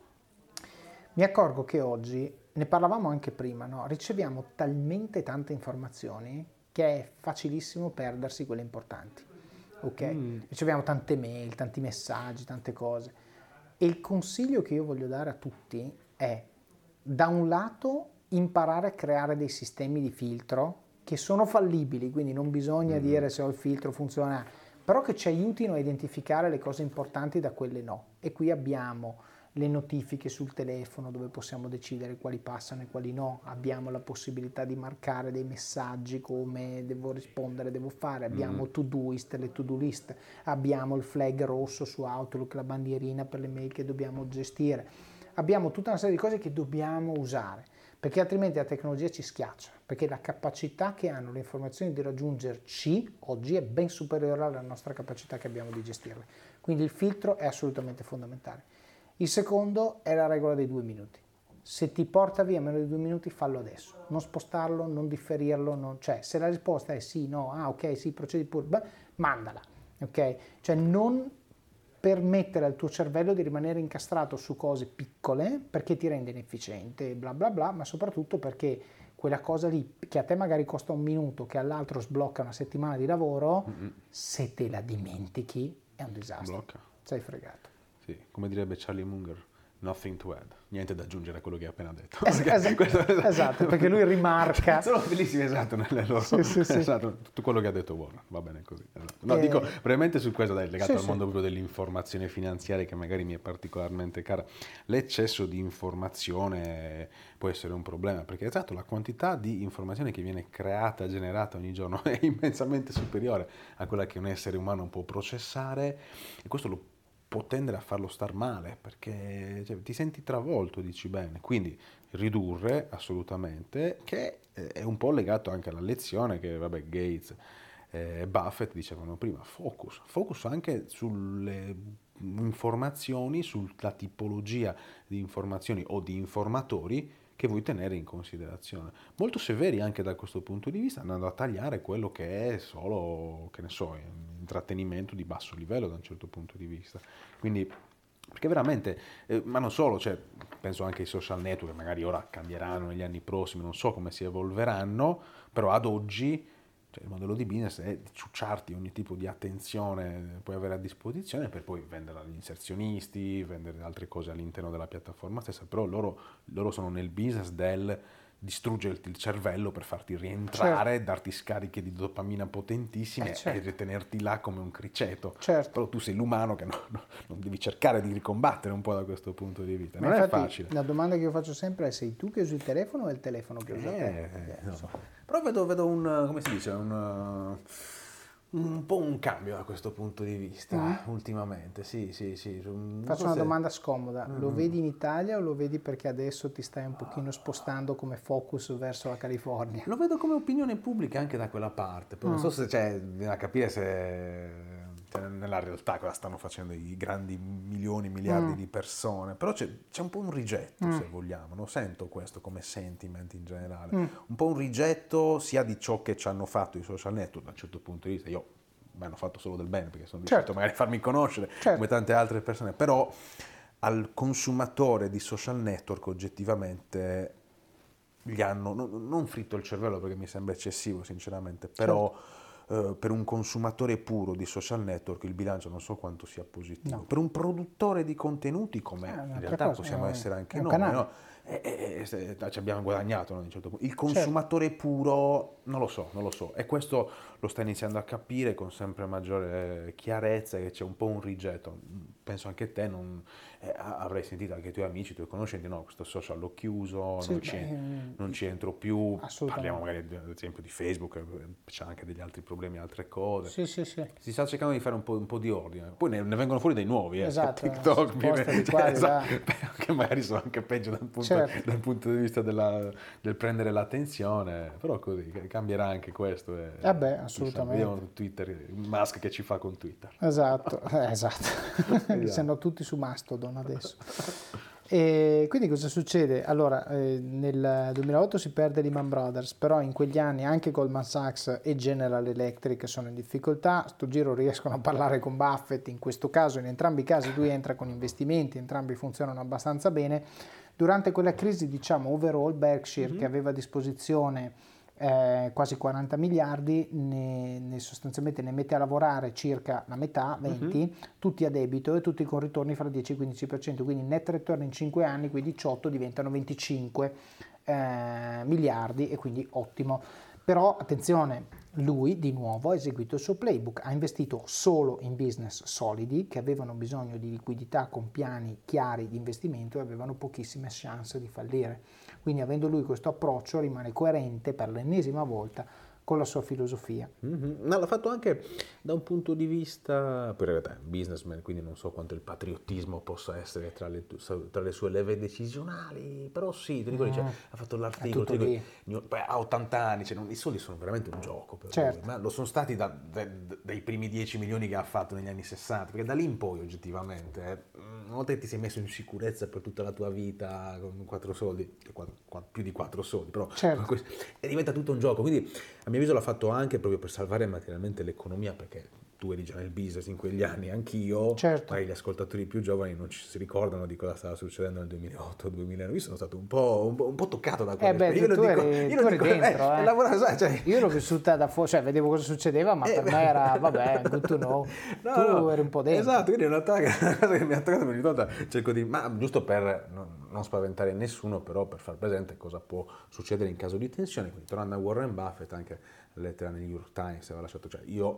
Mi accorgo che oggi, ne parlavamo anche prima, no? Riceviamo talmente tante informazioni che è facilissimo perdersi quelle importanti. Ok? Riceviamo tante mail, tanti messaggi, tante cose. E il consiglio che io voglio dare a tutti è, da un lato, imparare a creare dei sistemi di filtro che sono fallibili, quindi non bisogna dire se ho il filtro funziona, però che ci aiutino a identificare le cose importanti da quelle no. E qui abbiamo le notifiche sul telefono dove possiamo decidere quali passano e quali no, abbiamo la possibilità di marcare dei messaggi come devo rispondere, devo fare, abbiamo to-doist, le to-do list, abbiamo il flag rosso su Outlook, la bandierina per le mail che dobbiamo gestire, abbiamo tutta una serie di cose che dobbiamo usare, perché altrimenti la tecnologia ci schiaccia, perché la capacità che hanno le informazioni di raggiungerci oggi è ben superiore alla nostra capacità che abbiamo di gestirle, quindi il filtro è assolutamente fondamentale. Il secondo è la regola dei 2 minuti. Se ti porta via meno di 2 minuti, fallo adesso. Non spostarlo, non differirlo, cioè se la risposta è sì, no, ok, sì, procedi pure, mandala, ok? Cioè non permettere al tuo cervello di rimanere incastrato su cose piccole perché ti rende inefficiente, bla bla bla, ma soprattutto perché quella cosa lì che a te magari costa 1 minuto, che all'altro sblocca una settimana di lavoro, se te la dimentichi è un disastro. Blocca. Sei fregato. Sì, come direbbe Charlie Munger, nothing to add, niente da aggiungere a quello che hai appena detto. Esatto, perché lui rimarca. Sono bellissimi, esatto, nelle loro. Sì. Esatto, tutto quello che ha detto Warren, va bene così. Esatto. No, dico brevemente su questo, legato al mondo proprio dell'informazione finanziaria che magari mi è particolarmente cara. L'eccesso di informazione può essere un problema, perché esatto, la quantità di informazione che viene creata, generata ogni giorno è immensamente superiore a quella che un essere umano può processare e questo lo può tendere a farlo star male perché ti senti travolto, dici bene, quindi ridurre assolutamente, che è un po' legato anche alla lezione che Gates e Buffett dicevano prima, focus anche sulle informazioni, sulla tipologia di informazioni o di informatori che vuoi tenere in considerazione. Molto severi anche da questo punto di vista, andando a tagliare quello che è solo, che ne so, intrattenimento di basso livello da un certo punto di vista. Quindi, perché veramente, ma non solo, cioè, penso anche ai social network, che magari ora cambieranno negli anni prossimi, non so come si evolveranno, però ad oggi il modello di business è di ciucciarti ogni tipo di attenzione puoi avere a disposizione per poi vendere agli inserzionisti, vendere altre cose all'interno della piattaforma stessa, però loro sono nel business del distruggerti il cervello per farti rientrare, darti scariche di dopamina potentissime e tenerti là come un criceto. Però tu sei l'umano che non devi cercare di ricombattere un po' da questo punto di vita. Non è facile. La domanda che io faccio sempre è: sei tu che usi il telefono o è il telefono che usa te? No. Però vedo un, come si dice, un po' un cambio da questo punto di vista ultimamente, sì. Faccio una domanda scomoda, lo vedi in Italia o lo vedi perché adesso ti stai un pochino spostando come focus verso la California? Lo vedo come opinione pubblica anche da quella parte, poi non so se bisogna capire se nella realtà cosa stanno facendo i grandi milioni, miliardi di persone, però c'è un po' un rigetto se vogliamo, no? Sento questo come sentiment in generale, un po' un rigetto sia di ciò che ci hanno fatto i social network da un certo punto di vista, io mi hanno fatto solo del bene perché sono riuscito magari a farmi conoscere come tante altre persone, però al consumatore di social network oggettivamente gli hanno non fritto il cervello perché mi sembra eccessivo sinceramente, però per un consumatore puro di social network il bilancio non so quanto sia positivo, per un produttore di contenuti come in realtà possiamo essere anche noi, no? ci abbiamo guadagnato, no, a un certo punto. Il consumatore puro non lo so, e questo lo sta iniziando a capire con sempre maggiore chiarezza, che c'è un po' un rigetto. Penso anche te, avrai sentito anche i tuoi amici, i tuoi conoscenti, no, questo social l'ho chiuso, non ci entro più, parliamo magari ad esempio di Facebook, c'è anche degli altri problemi, altre cose. Sì. Si sta cercando di fare un po' di ordine, poi ne vengono fuori dei nuovi, esatto, TikTok, che magari sono anche peggio dal punto di vista del prendere l'attenzione, però così cambierà anche questo. Assolutamente. Vediamo Twitter, Musk che ci fa con Twitter. Esatto. Se no tutti su Mastodon adesso. E quindi cosa succede? Allora, nel 2008 si perde Lehman Brothers, però in quegli anni anche Goldman Sachs e General Electric sono in difficoltà. Sto giro riescono a parlare con Buffett, in questo caso, in entrambi i casi lui entra con investimenti, entrambi funzionano abbastanza bene. Durante quella crisi, diciamo, overall, Berkshire, che aveva a disposizione quasi 40 miliardi, sostanzialmente ne mette a lavorare circa la metà, 20, tutti a debito e tutti con ritorni fra 10 e 15%, quindi net return in 5 anni, quei 18 diventano 25 miliardi e quindi ottimo. Però attenzione, lui di nuovo ha eseguito il suo playbook, ha investito solo in business solidi che avevano bisogno di liquidità con piani chiari di investimento e avevano pochissime chance di fallire. Quindi avendo lui questo approccio rimane coerente per l'ennesima volta con la sua filosofia. Ma l'ha fatto anche da un punto di vista, poi in realtà è un businessman, quindi non so quanto il patriottismo possa essere tra le sue leve decisionali, però sì, ti dico, ha fatto l'articolo, ha 80 anni, i soldi sono veramente un gioco per lui, ma lo sono stati dai primi 10 milioni che ha fatto negli anni 60, perché da lì in poi oggettivamente, una volta che ti sei messo in sicurezza per tutta la tua vita con 4 soldi, più di 4 soldi, però e diventa tutto un gioco, quindi a mio avviso l'ha fatto anche proprio per salvare materialmente l'economia, perché tu eri già nel business in quegli anni, anch'io, magari gli ascoltatori più giovani non si ricordano di cosa stava succedendo nel 2008-2009, io sono stato un po' toccato da quello. Tu eri dentro, io l'ho vissuta da fuori, vedevo cosa succedeva, ma per me era, good to know, tu eri un po' dentro. Esatto, quindi è una cosa che mi ha toccato, ogni volta cerco ma giusto per non spaventare nessuno, però per far presente cosa può succedere in caso di tensione, quindi tornando a Warren Buffett, anche la lettera nel New York Times aveva lasciato,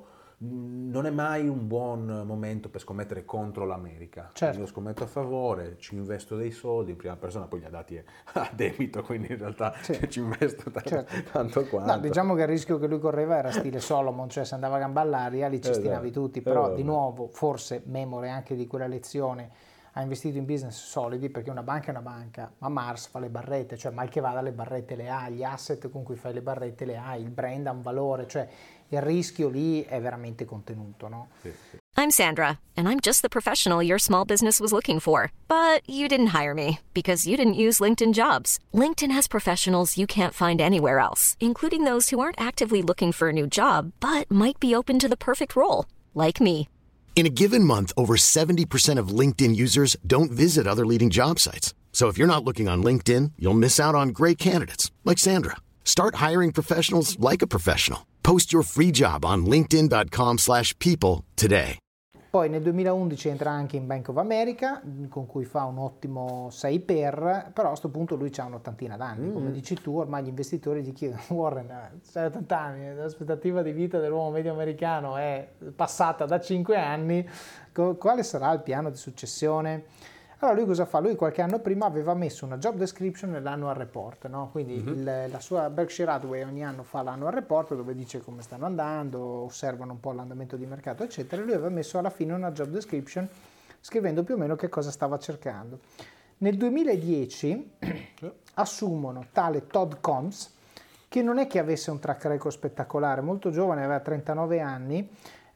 non è mai un buon momento per scommettere contro l'America. Io scommetto a favore, ci investo dei soldi in prima persona, poi li ha dati a debito, quindi in realtà ci investo tanto quanto. No, diciamo che il rischio che lui correva era stile Solomon, cioè se andava a gamba all'aria li cestinavi tutti, però di nuovo, forse memore anche di quella lezione, ha investito in business solidi, perché una banca è una banca, ma Mars fa le barrette, cioè mal che vada le barrette le ha, gli asset con cui fai le barrette le hai, il brand ha un valore, cioè il rischio lì è veramente contenuto, no? I'm Sandra, and I'm just the professional your small business was looking for. But you didn't hire me because you didn't use LinkedIn Jobs. LinkedIn has professionals you can't find anywhere else, including those who aren't actively looking for a new job, but might be open to the perfect role, like me. In a given month, over 70% of LinkedIn users don't visit other leading job sites. So if you're not looking on LinkedIn, you'll miss out on great candidates like Sandra. Start hiring professionals like a professional. Post your free job on linkedin.com/people today. Poi nel 2011 entra anche in Bank of America, con cui fa un ottimo 6 però a questo punto lui ha un'ottantina d'anni, come dici tu, ormai gli investitori gli chiedono: Warren, sei 80 anni, l'aspettativa di vita dell'uomo medio americano è passata da 5 anni, quale sarà il piano di successione? Allora lui cosa fa? Lui qualche anno prima aveva messo una job description nell'annual report, no? Quindi la sua Berkshire Hathaway ogni anno fa l'annual report dove dice come stanno andando, osservano un po' l'andamento di mercato eccetera, e lui aveva messo alla fine una job description scrivendo più o meno che cosa stava cercando. Nel 2010 assumono tale Todd Combs, che non è che avesse un track record spettacolare, molto giovane, aveva 39 anni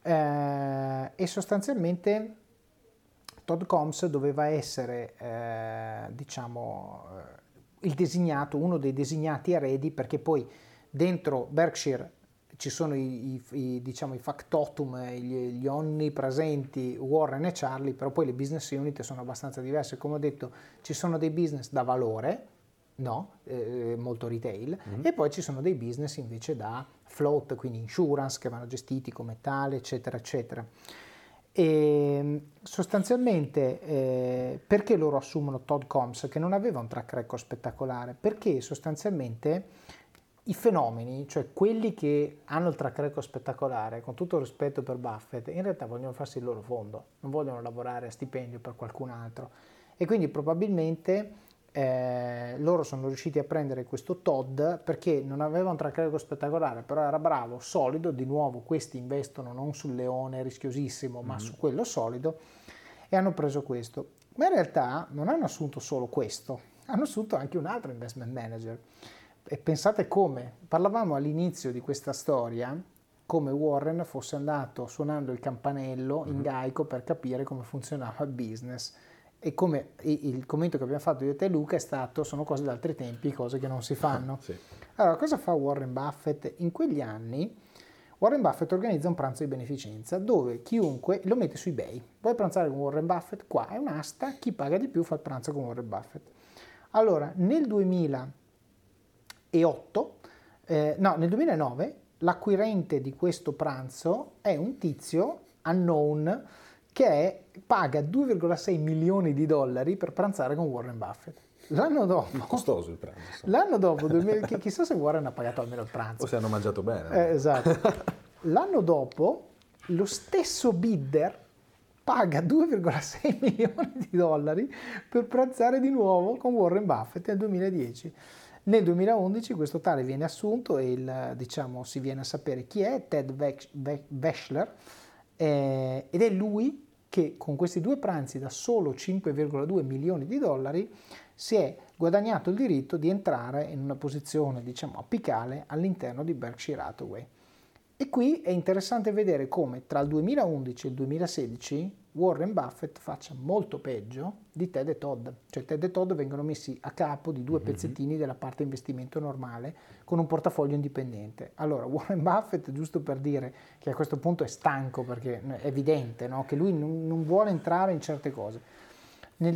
e sostanzialmente Todd Combs doveva essere il designato, uno dei designati eredi, perché poi dentro Berkshire ci sono i factotum, gli onnipresenti Warren e Charlie, però poi le business unit sono abbastanza diverse. Come ho detto, ci sono dei business da valore, molto retail, e poi ci sono dei business invece da float, quindi insurance, che vanno gestiti come tale, eccetera, eccetera. E sostanzialmente perché loro assumono Todd Combs, che non aveva un track record spettacolare? Perché sostanzialmente i fenomeni, cioè quelli che hanno il track record spettacolare, con tutto il rispetto per Buffett, in realtà vogliono farsi il loro fondo, non vogliono lavorare a stipendio per qualcun altro, e quindi probabilmente loro sono riusciti a prendere questo Todd perché non aveva un track record spettacolare, però era bravo, solido. Di nuovo questi investono non sul leone rischiosissimo, ma su quello solido, e hanno preso questo. Ma in realtà non hanno assunto solo questo, hanno assunto anche un altro investment manager. E pensate come, parlavamo all'inizio di questa storia, come Warren fosse andato suonando il campanello in Geico per capire come funzionava il business. E come il commento che abbiamo fatto io e te, Luca, è stato: sono cose d'altri tempi, cose che non si fanno. Sì. Allora, cosa fa Warren Buffett? In quegli anni Warren Buffett organizza un pranzo di beneficenza dove chiunque lo mette su eBay. Vuoi pranzare con Warren Buffett? Qua è un'asta, chi paga di più fa il pranzo con Warren Buffett. Allora, nel 2009 l'acquirente di questo pranzo è un tizio unknown che paga $2,6 milioni per pranzare con Warren Buffett. L'anno dopo, Costoso il pranzo. l'anno dopo, chissà se Warren ha pagato almeno il pranzo. O se hanno mangiato bene. Esatto. L'anno dopo lo stesso bidder paga $2,6 milioni per pranzare di nuovo con Warren Buffett nel 2010. Nel 2011 questo tale viene assunto e si viene a sapere chi è, Ted Weschler, ed è lui che con questi due pranzi da solo $5,2 milioni si è guadagnato il diritto di entrare in una posizione apicale all'interno di Berkshire Hathaway. E qui è interessante vedere come tra il 2011 e il 2016 Warren Buffett faccia molto peggio di Ted e Todd. Cioè Ted e Todd vengono messi a capo di due pezzettini della parte investimento normale con un portafoglio indipendente. Allora Warren Buffett, giusto per dire che a questo punto è stanco, perché è evidente, no? Che lui non vuole entrare in certe cose. Nel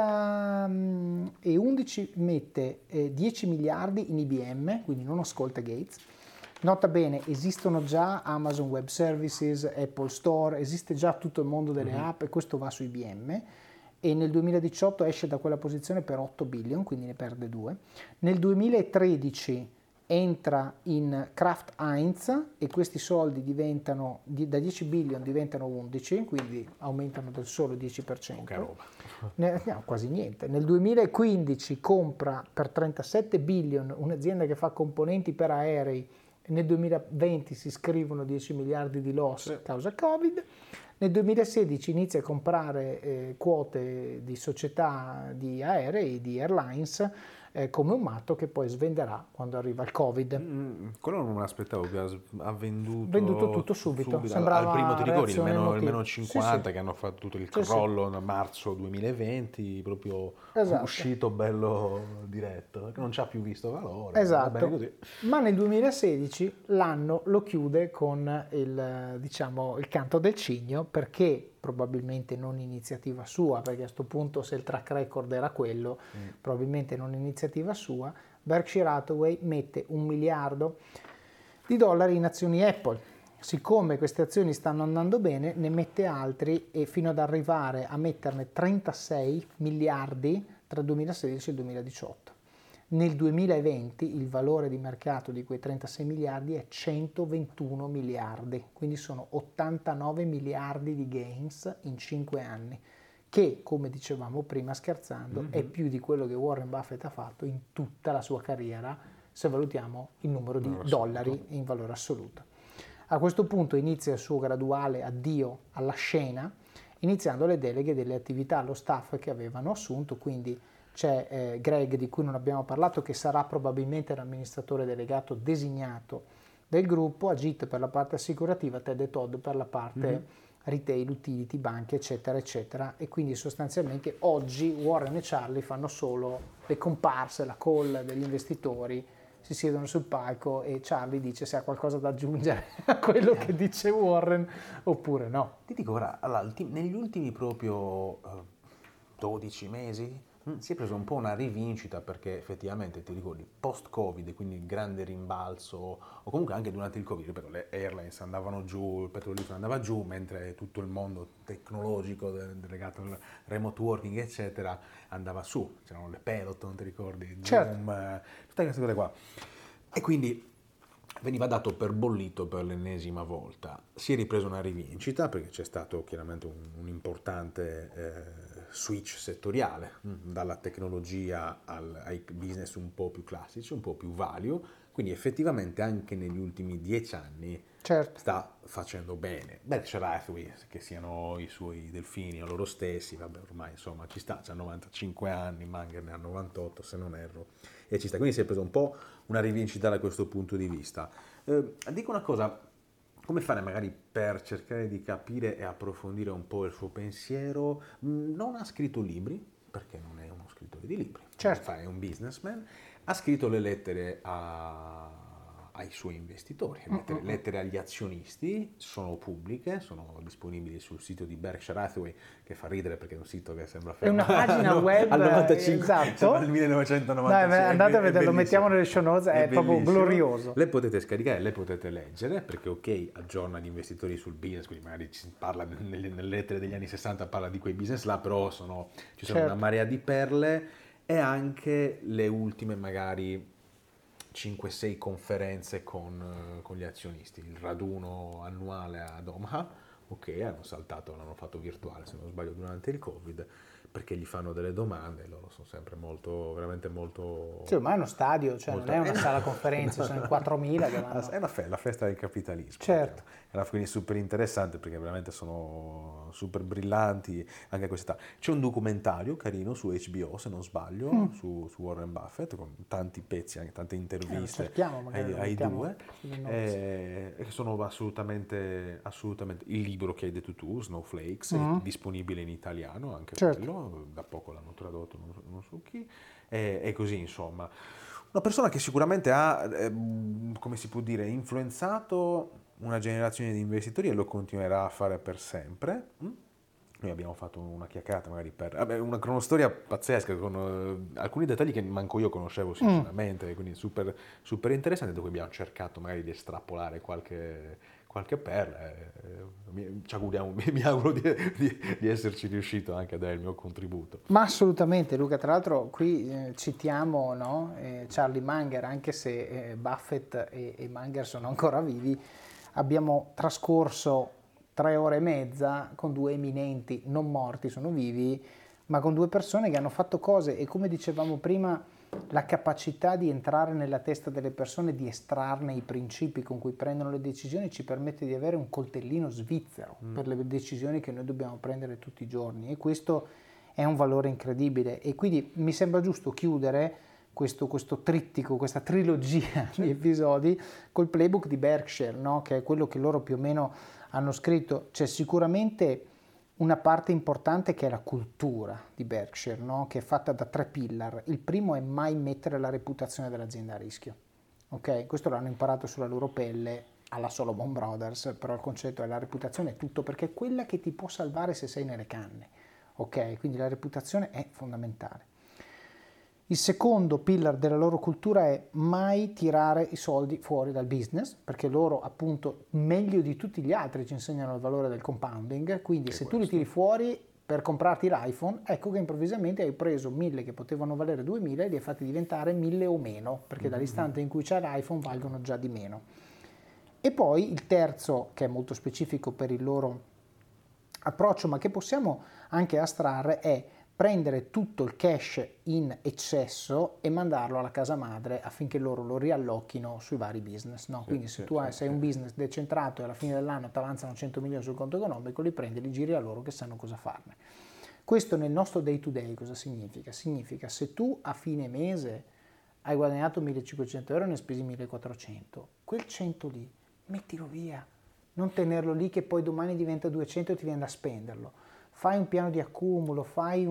2011 mette 10 miliardi in IBM, quindi non ascolta Gates. Nota bene, esistono già Amazon Web Services, Apple Store, esiste già tutto il mondo delle app, e questo va su IBM, e nel 2018 esce da quella posizione per 8 billion, quindi ne perde 2. Nel 2013 entra in Kraft Heinz e questi soldi diventano, da 10 billion diventano 11, quindi aumentano del solo 10%. Che roba. No, quasi niente. Nel 2015 compra per 37 billion un'azienda che fa componenti per aerei. Nel 2020 si scrivono 10 miliardi di loss causa Covid. Nel 2016 inizia a comprare quote di società di aerei, di airlines, come un matto, che poi svenderà quando arriva il Covid. Quello non me l'aspettavo, ha venduto tutto subito. Sembrava al primo, ti ricordi, il meno 50 sì. che hanno fatto tutto il crollo nel marzo 2020, proprio uscito bello diretto, che non ci ha più visto valore. Esatto. Va bene così. Ma nel 2016 l'anno lo chiude con il canto del cigno, perché probabilmente non iniziativa sua, perché a questo punto, se il track record era quello, probabilmente non iniziativa sua, Berkshire Hathaway mette $1 miliardo in azioni Apple. Siccome queste azioni stanno andando bene, ne mette altri, e fino ad arrivare a metterne 36 miliardi tra il 2016 e il 2018. Nel 2020 il valore di mercato di quei 36 miliardi è 121 miliardi, quindi sono 89 miliardi di gains in 5 anni, che, come dicevamo prima scherzando, è più di quello che Warren Buffett ha fatto in tutta la sua carriera, se valutiamo il numero di dollari in valore assoluto. A questo punto inizia il suo graduale addio alla scena, iniziando le deleghe delle attività allo staff che avevano assunto, quindi c'è Greg, di cui non abbiamo parlato, che sarà probabilmente l'amministratore delegato designato del gruppo, Ajit per la parte assicurativa, Ted e Todd per la parte retail, utility, banche, eccetera, eccetera. E quindi sostanzialmente oggi Warren e Charlie fanno solo le comparse, la call degli investitori, si siedono sul palco e Charlie dice se ha qualcosa da aggiungere a quello che dice Warren oppure no. Ti dico ora, allora, negli ultimi proprio 12 mesi Si è preso un po' una rivincita perché effettivamente ti ricordi post-Covid, quindi il grande rimbalzo, o comunque anche durante il Covid, ripeto, le airlines andavano giù, il petrolifero andava giù, mentre tutto il mondo tecnologico legato al remote working, eccetera, andava su. C'erano le Peloton, ti ricordi? Zoom, tutte queste cose qua. E quindi veniva dato per bollito per l'ennesima volta. Si è ripresa una rivincita perché c'è stato chiaramente un importante switch settoriale, dalla tecnologia ai business un po' più classici, un po' più value, quindi effettivamente anche negli ultimi 10 anni sta facendo bene. Berkshire Hathaway, che siano i suoi delfini o loro stessi, vabbè, ormai insomma ci sta, c'ha 95 anni, Munger ne ha 98 se non erro, e ci sta, quindi si è preso un po' una rivincita da questo punto di vista. Dico una cosa, come fare magari per cercare di capire e approfondire un po' il suo pensiero? Non ha scritto libri, perché non è uno scrittore di libri, è un businessman, ha scritto le lettere ai suoi investitori, lettere agli azionisti, sono pubbliche, sono disponibili sul sito di Berkshire Hathaway, che fa ridere perché è un sito che sembra è una pagina web al 95, esatto, al 1995. Andate a vedere, lo mettiamo nelle show notes, è proprio glorioso. Le potete scaricare, le potete leggere, perché ok, aggiorna gli investitori sul business, quindi magari si parla nelle lettere degli anni 60, parla di quei business là, però ci sono una marea di perle, e anche le ultime magari 5-6 conferenze con gli azionisti, il raduno annuale ad Omaha, ok, l'hanno fatto virtuale se non sbaglio durante il Covid, perché gli fanno delle domande, loro sono sempre veramente molto... Sì, ormai è uno stadio, cioè non è una sala conferenze, sono in 4.000 che vanno... È la festa del capitalismo. Certo. Era quindi super interessante perché veramente sono super brillanti anche a questa età. C'è un documentario carino su HBO, se non sbaglio, su Warren Buffett, con tanti pezzi, anche tante interviste ai due, che sono assolutamente... Il libro che hai detto tu, Snowflakes, è disponibile in italiano, anche quello, da poco l'hanno tradotto, non so chi, e così insomma. Una persona che sicuramente ha, come si può dire, influenzato una generazione di investitori e lo continuerà a fare per sempre. Noi abbiamo fatto una chiacchierata magari una cronostoria pazzesca con alcuni dettagli che manco io conoscevo sinceramente, quindi super, super interessante, da cui abbiamo cercato magari di estrapolare qualche perla. Ci auguriamo, mi auguro di esserci riuscito anche a dare il mio contributo. Ma assolutamente, Luca, tra l'altro qui citiamo Charlie Munger, anche se Buffett e Munger sono ancora vivi, abbiamo trascorso 3 ore e mezza con 2 eminenti, non morti, sono vivi, ma con 2 persone che hanno fatto cose, e come dicevamo prima, la capacità di entrare nella testa delle persone, di estrarne i principi con cui prendono le decisioni, ci permette di avere un coltellino svizzero per le decisioni che noi dobbiamo prendere tutti i giorni, e questo è un valore incredibile. E quindi mi sembra giusto chiudere questo trittico, questa trilogia di episodi col playbook di Berkshire, no? Che è quello che loro più o meno hanno scritto. C'è sicuramente una parte importante che è la cultura di Berkshire, no? Che è fatta da 3 pillar. Il primo è mai mettere la reputazione dell'azienda a rischio. Okay? Questo l'hanno imparato sulla loro pelle alla Solomon Brothers, però il concetto è la reputazione è tutto, perché è quella che ti può salvare se sei nelle canne. Okay? Quindi la reputazione è fondamentale. Il secondo pillar della loro cultura è mai tirare i soldi fuori dal business, perché loro appunto meglio di tutti gli altri ci insegnano il valore del compounding, quindi se tu li tiri fuori per comprarti l'iPhone, ecco che improvvisamente hai preso 1.000 che potevano valere 2.000 e li hai fatti diventare 1.000 o meno, perché dall'istante in cui c'è l'iPhone valgono già di meno. E poi il terzo, che è molto specifico per il loro approccio, ma che possiamo anche astrarre, è prendere tutto il cash in eccesso e mandarlo alla casa madre affinché loro lo riallocchino sui vari business, no? Quindi se tu sei un business decentrato e alla fine dell'anno ti avanzano 100 milioni sul conto economico, li prendi e li giri a loro che sanno cosa farne. Questo nel nostro day to day cosa significa? Significa se tu a fine mese hai guadagnato 1.500 euro e ne hai spesi 1.400, quel 100 lì mettilo via, non tenerlo lì che poi domani diventa 200 e ti viene da spenderlo. Fai un piano di accumulo,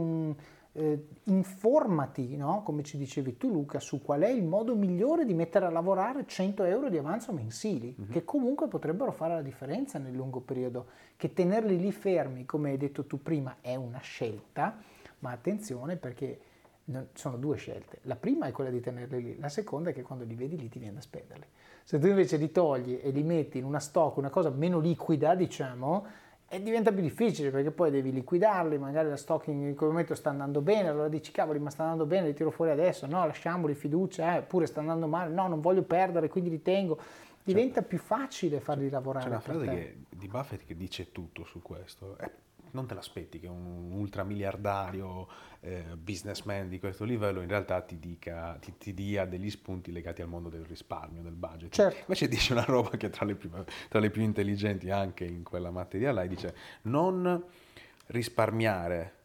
informati, no? Come ci dicevi tu Luca, su qual è il modo migliore di mettere a lavorare 100 euro di avanzo mensili, che comunque potrebbero fare la differenza nel lungo periodo, che tenerli lì fermi, come hai detto tu prima, è una scelta, ma attenzione perché sono due scelte. La prima è quella di tenerli lì, la seconda è che quando li vedi lì ti viene da spenderli. Se tu invece li togli e li metti in una stock, una cosa meno liquida, diciamo, diventa più difficile, perché poi devi liquidarli, magari la stock in quel momento sta andando bene, allora dici cavoli, ma sta andando bene, li tiro fuori adesso, no, lasciamoli, fiducia, oppure sta andando male, no, non voglio perdere, quindi li tengo. Diventa più facile farli lavorare. C'è una per frase te. di Buffett che dice tutto su questo. Non te l'aspetti che un ultramiliardario businessman di questo livello in realtà ti dia degli spunti legati al mondo del risparmio, del budget. Certo. Invece dice una roba che è tra le più intelligenti anche in quella materia là, dice non risparmiare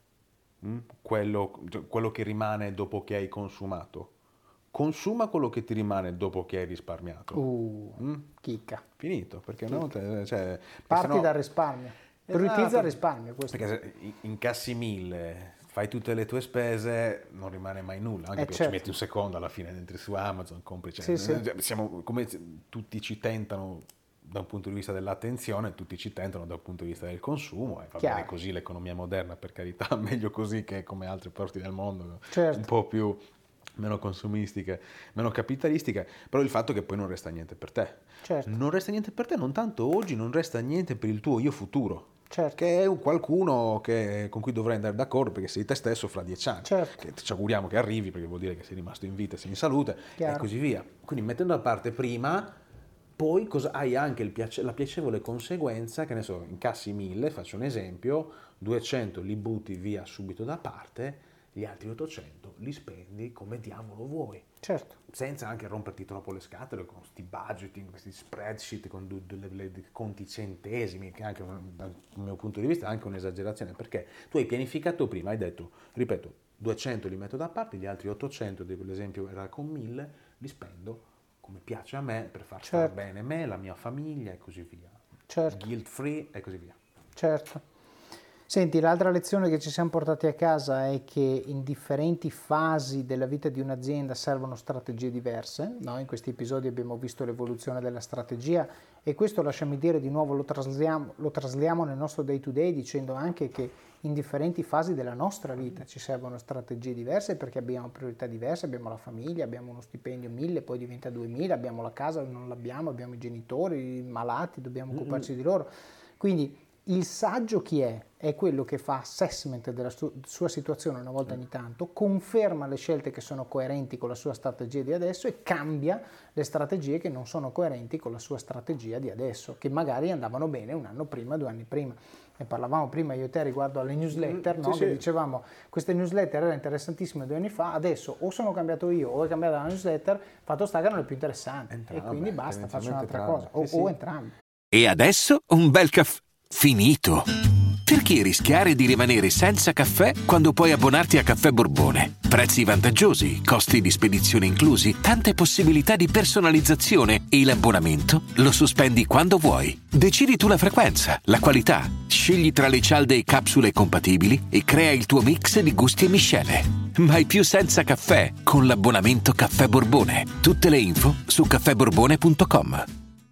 quello che rimane dopo che hai consumato. Consuma quello che ti rimane dopo che hai risparmiato. Chicca. Finito, perché no? Cioè, Parti sennò- dal risparmio. Prioritizza il risparmio. Questo. Perché se incassi 1000, fai tutte le tue spese, non rimane mai nulla. Anche perché certo. ci metti un secondo, alla fine entri su Amazon, compri. Sì. Siamo come tutti ci tentano da un punto di vista dell'attenzione, tutti ci tentano dal punto di vista del consumo. Va bene così l'economia moderna, per carità, meglio così che come altre parti del mondo, certo. un po' più meno consumistiche, meno capitalistiche, però il fatto che poi non resta niente per te. Certo. Non resta niente per te, non tanto oggi, non resta niente per il tuo io futuro. Certo. Che è qualcuno con cui dovrai andare d'accordo, perché sei te stesso fra 10 anni. Certo. Che ci auguriamo che arrivi, perché vuol dire che sei rimasto in vita, sei in salute, Chiaro. e così via. Quindi mettendo da parte prima, poi hai anche la piacevole conseguenza che ne so, incassi 1000, faccio un esempio, 200 li butti via subito da parte, gli altri 800 li spendi come diavolo vuoi. Certo. Senza anche romperti troppo le scatole con questi budgeting, questi spreadsheet con delle conti centesimi, che anche dal mio punto di vista è anche un'esagerazione, perché tu hai pianificato prima, hai detto, ripeto, 200 li metto da parte, gli altri 800, l'esempio era con 1000, li spendo come piace a me per far stare bene me, la mia famiglia e così via. Certo. Guilt free e così via. Certo. Senti, l'altra lezione che ci siamo portati a casa è che in differenti fasi della vita di un'azienda servono strategie diverse. Noi in questi episodi abbiamo visto l'evoluzione della strategia e questo, lasciami dire di nuovo, lo trasliamo nel nostro day to day dicendo anche che in differenti fasi della nostra vita ci servono strategie diverse perché abbiamo priorità diverse, abbiamo la famiglia, abbiamo uno stipendio 1000, poi diventa 2000, abbiamo la casa, non l'abbiamo, abbiamo i genitori malati, dobbiamo occuparci di loro. Quindi il saggio chi è? È quello che fa assessment della sua situazione una volta ogni tanto, conferma le scelte che sono coerenti con la sua strategia di adesso e cambia le strategie che non sono coerenti con la sua strategia di adesso, che magari andavano bene un anno prima, 2 anni prima. Ne parlavamo prima io e te riguardo alle newsletter, no? Che dicevamo queste newsletter erano interessantissime 2 anni fa, adesso o sono cambiato io o è cambiata la newsletter, fatto sta che non è più interessante e quindi basta, faccio un'altra cosa, o entrambi. E adesso un bel caffè finito. Perché rischiare di rimanere senza caffè quando puoi abbonarti a Caffè Borbone? Prezzi vantaggiosi, costi di spedizione inclusi, tante possibilità di personalizzazione e l'abbonamento lo sospendi quando vuoi. Decidi tu la frequenza, la qualità, scegli tra le cialde e capsule compatibili e crea il tuo mix di gusti e miscele. Mai più senza caffè con l'abbonamento Caffè Borbone. Tutte le info su caffèborbone.com.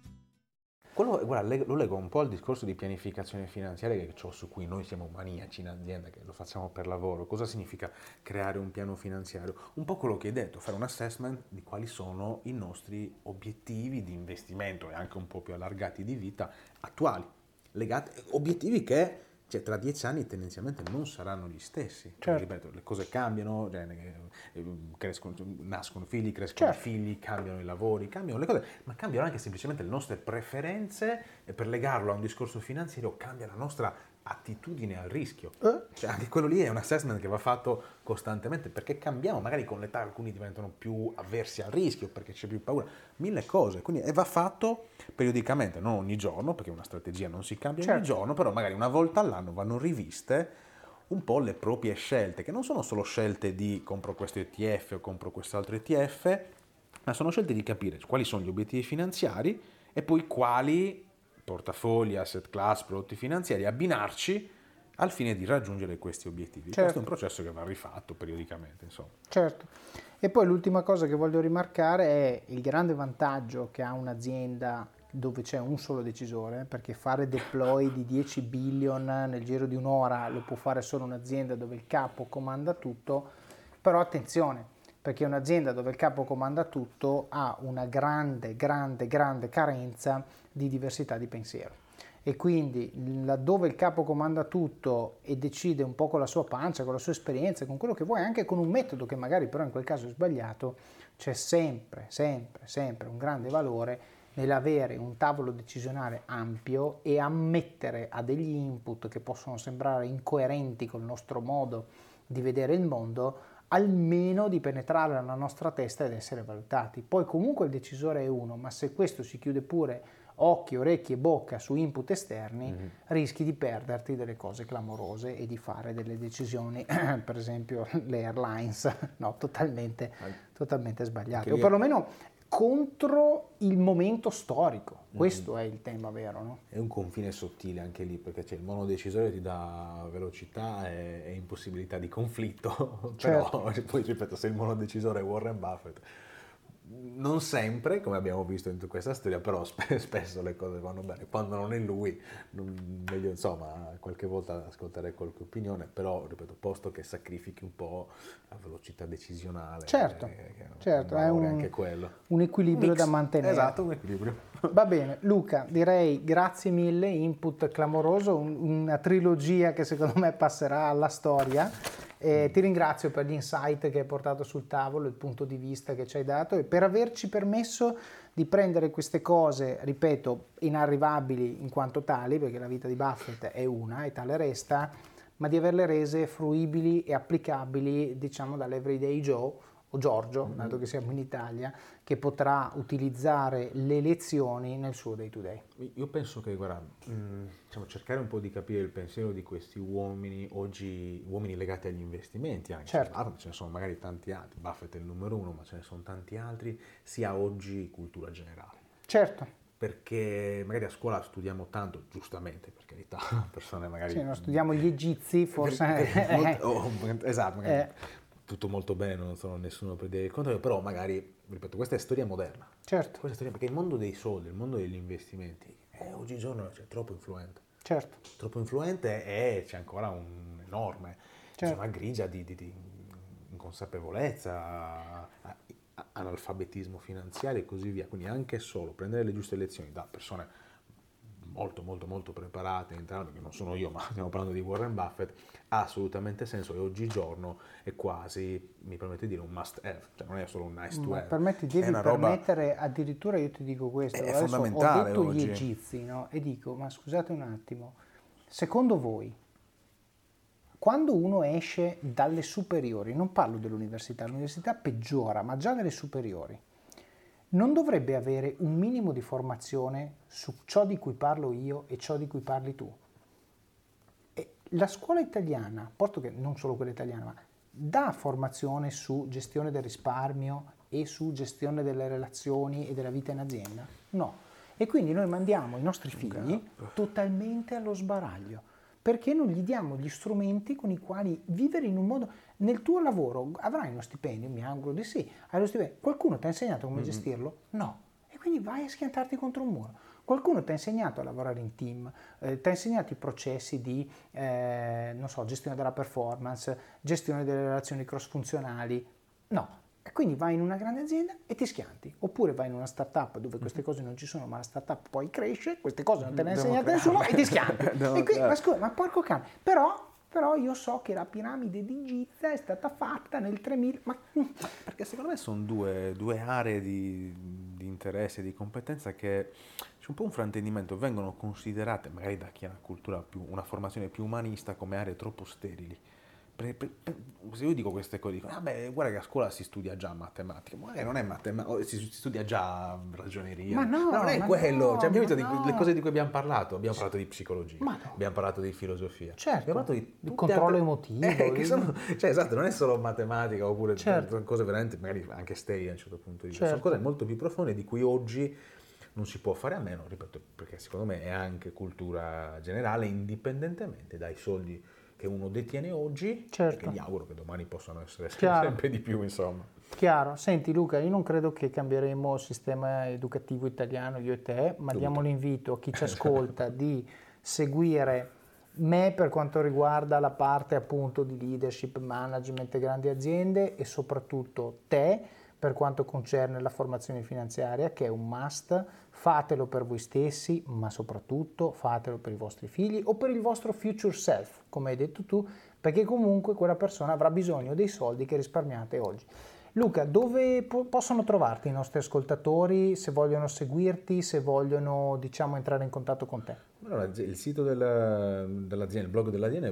Guarda, lo leggo un po' al discorso di pianificazione finanziaria che ho, su cui noi siamo maniaci in azienda, che lo facciamo per lavoro. Cosa significa creare un piano finanziario? Un po' quello che hai detto, fare un assessment di quali sono i nostri obiettivi di investimento e anche un po' più allargati di vita attuali, legati, obiettivi che tra 10 anni tendenzialmente non saranno gli stessi. Certo. Ripeto, le cose cambiano, nascono figli, crescono i figli, cambiano i lavori, cambiano le cose, ma cambiano anche semplicemente le nostre preferenze e per legarlo a un discorso finanziario cambia la nostra attitudine al rischio. Cioè, anche quello lì è un assessment che va fatto costantemente perché cambiamo, magari con l'età alcuni diventano più avversi al rischio perché c'è più paura, 1000 cose, quindi va fatto periodicamente, non ogni giorno, perché una strategia non si cambia ogni giorno, però magari una volta all'anno vanno riviste un po' le proprie scelte, che non sono solo scelte di compro questo ETF o compro quest'altro ETF, ma sono scelte di capire quali sono gli obiettivi finanziari e poi quali portafogli, asset class, prodotti finanziari abbinarci al fine di raggiungere questi obiettivi. Questo è un processo che va rifatto periodicamente, insomma. Certo. E poi l'ultima cosa che voglio rimarcare è il grande vantaggio che ha un'azienda dove c'è un solo decisore, perché fare deploy di 10 billion nel giro di un'ora lo può fare solo un'azienda dove il capo comanda tutto. Il Però attenzione, perché un'azienda dove il capo comanda tutto ha una grande carenza di diversità di pensiero. E quindi laddove il capo comanda tutto e decide un po' con la sua pancia, con la sua esperienza, con quello che vuoi, anche con un metodo che magari però in quel caso è sbagliato, c'è sempre un grande valore nell'avere un tavolo decisionale ampio e ammettere a degli input che possono sembrare incoerenti col nostro modo di vedere il mondo, almeno di penetrare nella nostra testa ed essere valutati. Poi comunque il decisore è uno, ma se questo si chiude pure occhi, orecchi e bocca su input esterni, rischi di perderti delle cose clamorose e di fare delle decisioni, per esempio le airlines, no, totalmente sbagliate, o perlomeno contro il momento storico. Questo è il tema vero, no? È un confine sottile anche lì, perché il monodecisore ti dà velocità e impossibilità di conflitto, Certo. però poi ripeto, se il monodecisore è Warren Buffett, non sempre, come abbiamo visto in questa storia, però spesso le cose vanno bene. Quando non è lui, meglio insomma, qualche volta ascoltare qualche opinione, però ripeto, posto che sacrifichi un po' la velocità decisionale. Certo, è anche quello. un equilibrio da mantenere. Esatto, un equilibrio. Va bene, Luca, direi grazie mille, input clamoroso, una trilogia che secondo me passerà alla storia. Ti ringrazio per gli insight che hai portato sul tavolo, il punto di vista che ci hai dato e per averci permesso di prendere queste cose, ripeto, inarrivabili in quanto tali, perché la vita di Buffett è una e tale resta, ma di averle rese fruibili e applicabili, diciamo, dall'Everyday Joe o Giorgio, dato che siamo in Italia, che potrà utilizzare le lezioni nel suo day to day. Io penso che, guarda, diciamo, cercare un po' di capire il pensiero di questi uomini, oggi uomini legati agli investimenti, anche Certo. ce ne sono magari tanti altri, Buffett è il numero uno, ma ce ne sono tanti altri, sia oggi cultura generale. Certo. Perché magari a scuola studiamo tanto, giustamente, per carità, persone magari... Sì, non studiamo gli egizi, forse... Esatto, magari tutto molto bene, non sono nessuno per dire il contrario, però magari, ripeto, questa è storia moderna. Certo. Questa è storia, perché il mondo dei soldi, il mondo degli investimenti, oggigiorno c'è troppo influente. Certo. Troppo influente e c'è ancora un enorme, zona grigia di inconsapevolezza, analfabetismo finanziario e così via. Quindi anche solo prendere le giuste lezioni da persone molto preparate, perché non sono io, ma stiamo parlando di Warren Buffett, ha assolutamente senso e oggigiorno è quasi, mi permette di dire, un must have, cioè non è solo un nice to have. Devi permettere, addirittura io ti dico questo, è adesso fondamentale. Ho detto oggi. gli egizi, no? E dico, ma scusate un attimo, secondo voi, quando uno esce dalle superiori, non parlo dell'università, l'università peggiora, ma già dalle superiori, non dovrebbe avere un minimo di formazione su ciò di cui parlo io e ciò di cui parli tu? E la scuola italiana, posto che non solo quella italiana, ma dà formazione su gestione del risparmio e su gestione delle relazioni e della vita in azienda? No. E quindi noi mandiamo i nostri figli totalmente allo sbaraglio. Perché non gli diamo gli strumenti con i quali vivere in un modo... Nel tuo lavoro avrai uno stipendio, mi auguro di sì, hai lo stipendio. Qualcuno ti ha insegnato come gestirlo? No. E quindi vai a schiantarti contro un muro. Qualcuno ti ha insegnato a lavorare in team, ti ha insegnato i processi di, gestione della performance, gestione delle relazioni cross-funzionali? No. E quindi vai in una grande azienda e ti schianti. Oppure vai in una startup dove queste cose non ci sono, ma la startup poi cresce, queste cose non te le ha insegnate nessuno e ti schianti. E quindi, ma scusa, ma porco cane. Però io so che la piramide di Giza è stata fatta nel 3000, ma... Perché secondo me sono due aree di interesse e di competenza che c'è un po' un fraintendimento, vengono considerate magari da chi ha una formazione più umanista come aree troppo sterili. Se io dico queste cose, dico, guarda che a scuola si studia già matematica, magari non è matematica, si studia già ragioneria, ma no, non è ma quello, no, abbiamo ma visto no. le cose di cui abbiamo parlato di psicologia, Ma no. abbiamo parlato di filosofia, certo, abbiamo parlato di controllo emotivo, che sono, cioè esatto, non è solo matematica oppure certo. cose veramente magari anche sterili da un certo punto di vista, certo. sono cose molto più profonde di cui oggi non si può fare a meno, ripeto, perché secondo me è anche cultura generale, indipendentemente dai soldi che uno detiene oggi, certo. e che mi auguro che domani possano essere Chiaro. sempre di più, insomma. Chiaro. Senti Luca, io non credo che cambieremo il sistema educativo italiano, io e te, ma diamo l'invito a chi ci ascolta di seguire me per quanto riguarda la parte appunto di leadership, management e grandi aziende, e soprattutto te per quanto concerne la formazione finanziaria, che è un must. Fatelo per voi stessi, ma soprattutto fatelo per i vostri figli o per il vostro future self, come hai detto tu, perché comunque quella persona avrà bisogno dei soldi che risparmiate oggi. Luca, dove possono trovarti i nostri ascoltatori se vogliono seguirti, se vogliono, diciamo, entrare in contatto con te? Allora, il sito dell'azienda, il blog dell'azienda è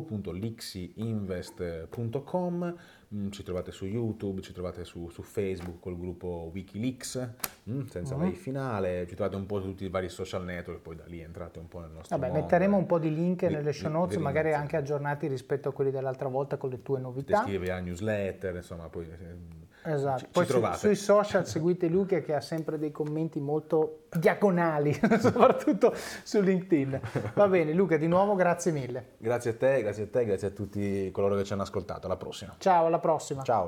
www.lixiinvest.com. Ci trovate su YouTube, ci trovate su Facebook col gruppo Wikileaks, senza la I finale, ci trovate un po' su tutti i vari social network, poi da lì entrate un po' nel nostro mondo. Metteremo un po' di link nelle show notes, magari anche aggiornati rispetto a quelli dell'altra volta con le tue novità. Ti iscrivi alla newsletter, insomma, poi esatto. Poi sui social seguite Luca, che ha sempre dei commenti molto diagonali, soprattutto su LinkedIn. Va bene Luca, di nuovo grazie mille. Grazie a te, grazie a tutti coloro che ci hanno ascoltato. Alla prossima. Ciao, alla prossima. Ciao.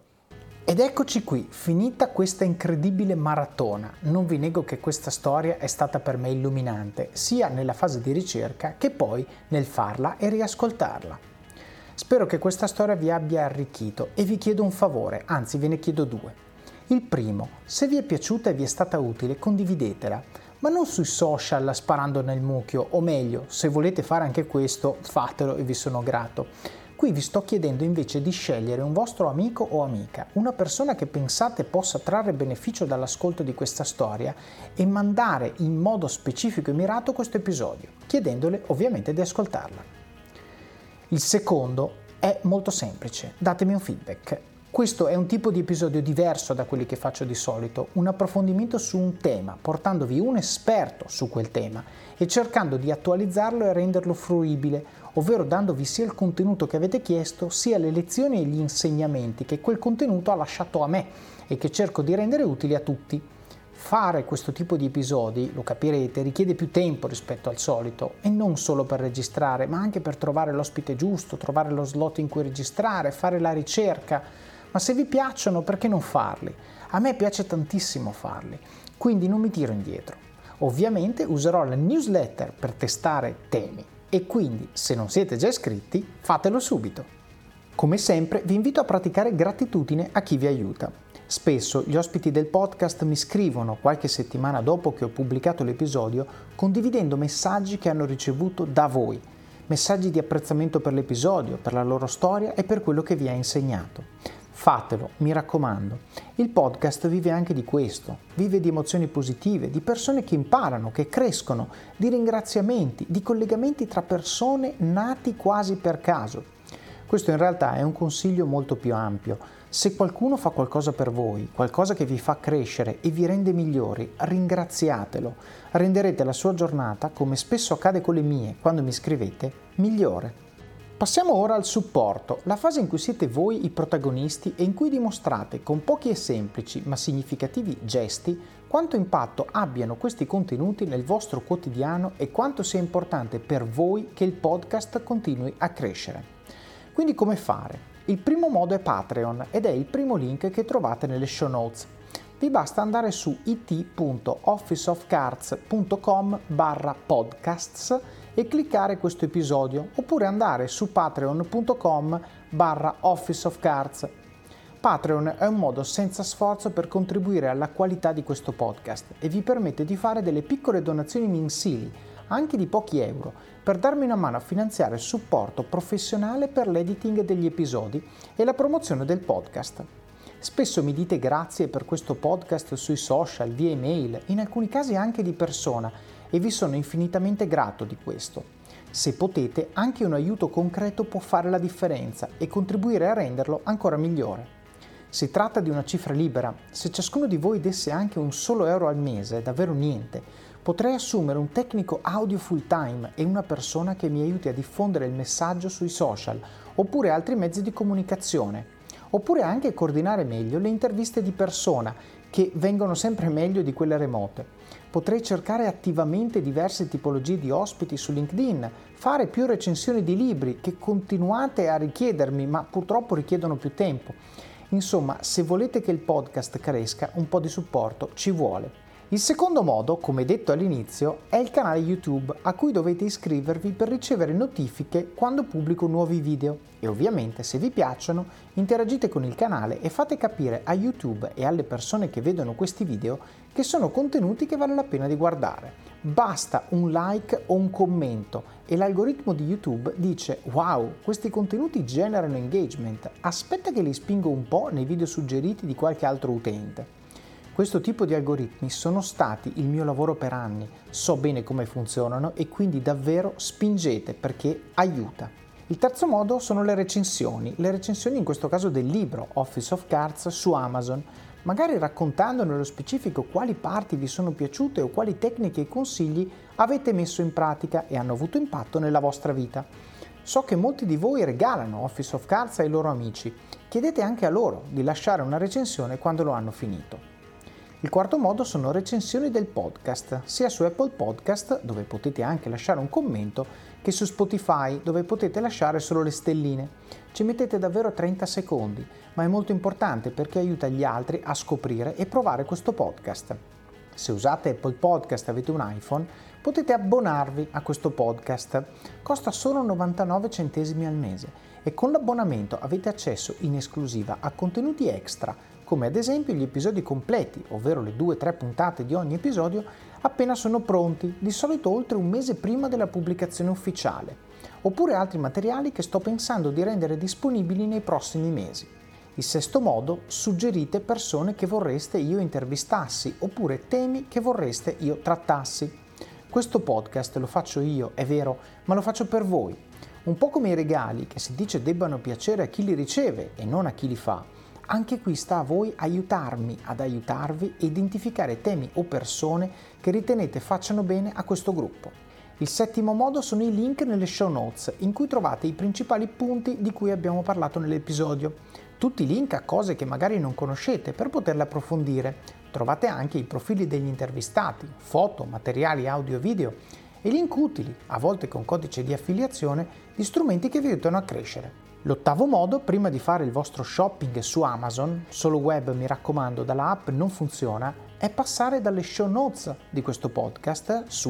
Ed eccoci qui, finita questa incredibile maratona. Non vi nego che questa storia è stata per me illuminante, sia nella fase di ricerca che poi nel farla e riascoltarla. Spero che questa storia vi abbia arricchito e vi chiedo un favore, anzi ve ne chiedo due. Il primo, se vi è piaciuta e vi è stata utile, condividetela, ma non sui social sparando nel mucchio, o meglio, se volete fare anche questo, fatelo e vi sono grato. Qui vi sto chiedendo invece di scegliere un vostro amico o amica, una persona che pensate possa trarre beneficio dall'ascolto di questa storia e mandare in modo specifico e mirato questo episodio, chiedendole ovviamente di ascoltarla. Il secondo è molto semplice, datemi un feedback. Questo è un tipo di episodio diverso da quelli che faccio di solito, un approfondimento su un tema, portandovi un esperto su quel tema e cercando di attualizzarlo e renderlo fruibile, ovvero dandovi sia il contenuto che avete chiesto, sia le lezioni e gli insegnamenti che quel contenuto ha lasciato a me e che cerco di rendere utili a tutti. Fare questo tipo di episodi, lo capirete, richiede più tempo rispetto al solito, e non solo per registrare, ma anche per trovare l'ospite giusto, trovare lo slot in cui registrare, fare la ricerca. Ma se vi piacciono, perché non farli? A me piace tantissimo farli, quindi non mi tiro indietro. Ovviamente userò la newsletter per testare temi e quindi, se non siete già iscritti, fatelo subito. Come sempre, vi invito a praticare gratitudine a chi vi aiuta. Spesso gli ospiti del podcast mi scrivono qualche settimana dopo che ho pubblicato l'episodio condividendo messaggi che hanno ricevuto da voi, messaggi di apprezzamento per l'episodio, per la loro storia e per quello che vi ha insegnato. Fatelo, mi raccomando. Il podcast vive anche di questo, vive di emozioni positive, di persone che imparano, che crescono, di ringraziamenti, di collegamenti tra persone nati quasi per caso. Questo in realtà è un consiglio molto più ampio. Se qualcuno fa qualcosa per voi, qualcosa che vi fa crescere e vi rende migliori, ringraziatelo. Renderete la sua giornata, come spesso accade con le mie quando mi scrivete, migliore. Passiamo ora al supporto, la fase in cui siete voi i protagonisti e in cui dimostrate con pochi e semplici ma significativi gesti quanto impatto abbiano questi contenuti nel vostro quotidiano e quanto sia importante per voi che il podcast continui a crescere. Quindi come fare? Il primo modo è Patreon ed è il primo link che trovate nelle show notes. Vi basta andare su it.officeofcards.com/podcasts e cliccare questo episodio, oppure andare su patreon.com/officeofcards. Patreon è un modo senza sforzo per contribuire alla qualità di questo podcast e vi permette di fare delle piccole donazioni mensili, anche di pochi euro, per darmi una mano a finanziare il supporto professionale per l'editing degli episodi e la promozione del podcast. Spesso mi dite grazie per questo podcast sui social, via email, in alcuni casi anche di persona, e vi sono infinitamente grato di questo. Se potete, anche un aiuto concreto può fare la differenza e contribuire a renderlo ancora migliore. Si tratta di una cifra libera. Se ciascuno di voi desse anche un solo euro al mese, davvero niente, potrei assumere un tecnico audio full time e una persona che mi aiuti a diffondere il messaggio sui social, oppure altri mezzi di comunicazione, oppure anche coordinare meglio le interviste di persona, che vengono sempre meglio di quelle remote. Potrei cercare attivamente diverse tipologie di ospiti su LinkedIn, fare più recensioni di libri che continuate a richiedermi, ma purtroppo richiedono più tempo. Insomma, se volete che il podcast cresca, un po' di supporto ci vuole. Il secondo modo, come detto all'inizio, è il canale YouTube a cui dovete iscrivervi per ricevere notifiche quando pubblico nuovi video e ovviamente se vi piacciono interagite con il canale e fate capire a YouTube e alle persone che vedono questi video che sono contenuti che vale la pena di guardare. Basta un like o un commento e l'algoritmo di YouTube dice wow, questi contenuti generano engagement, aspetta che li spingo un po' nei video suggeriti di qualche altro utente. Questo tipo di algoritmi sono stati il mio lavoro per anni, so bene come funzionano e quindi davvero spingete perché aiuta. Il terzo modo sono le recensioni in questo caso del libro Office of Cards su Amazon, magari raccontando nello specifico quali parti vi sono piaciute o quali tecniche e consigli avete messo in pratica e hanno avuto impatto nella vostra vita. So che molti di voi regalano Office of Cards ai loro amici, chiedete anche a loro di lasciare una recensione quando lo hanno finito. Il quarto modo sono recensioni del podcast, sia su Apple Podcast, dove potete anche lasciare un commento, che su Spotify, dove potete lasciare solo le stelline. Ci mettete davvero 30 secondi, ma è molto importante perché aiuta gli altri a scoprire e provare questo podcast. Se usate Apple Podcast e avete un iPhone, potete abbonarvi a questo podcast. Costa solo 99 centesimi al mese e con l'abbonamento avete accesso in esclusiva a contenuti extra, come ad esempio gli episodi completi, ovvero le 2-3 puntate di ogni episodio, appena sono pronti, di solito oltre un mese prima della pubblicazione ufficiale, oppure altri materiali che sto pensando di rendere disponibili nei prossimi mesi. Il sesto modo, suggerite persone che vorreste io intervistassi, oppure temi che vorreste io trattassi. Questo podcast lo faccio io, è vero, ma lo faccio per voi. Un po' come i regali, che si dice debbano piacere a chi li riceve e non a chi li fa. Anche qui sta a voi aiutarmi ad aiutarvi e identificare temi o persone che ritenete facciano bene a questo gruppo. Il settimo modo sono i link nelle show notes, in cui trovate i principali punti di cui abbiamo parlato nell'episodio. Tutti i link a cose che magari non conoscete per poterle approfondire. Trovate anche i profili degli intervistati, foto, materiali audio e video e link utili, a volte con codice di affiliazione, di strumenti che vi aiutano a crescere. L'ottavo modo, prima di fare il vostro shopping su Amazon, solo web mi raccomando, dalla app non funziona, è passare dalle show notes di questo podcast su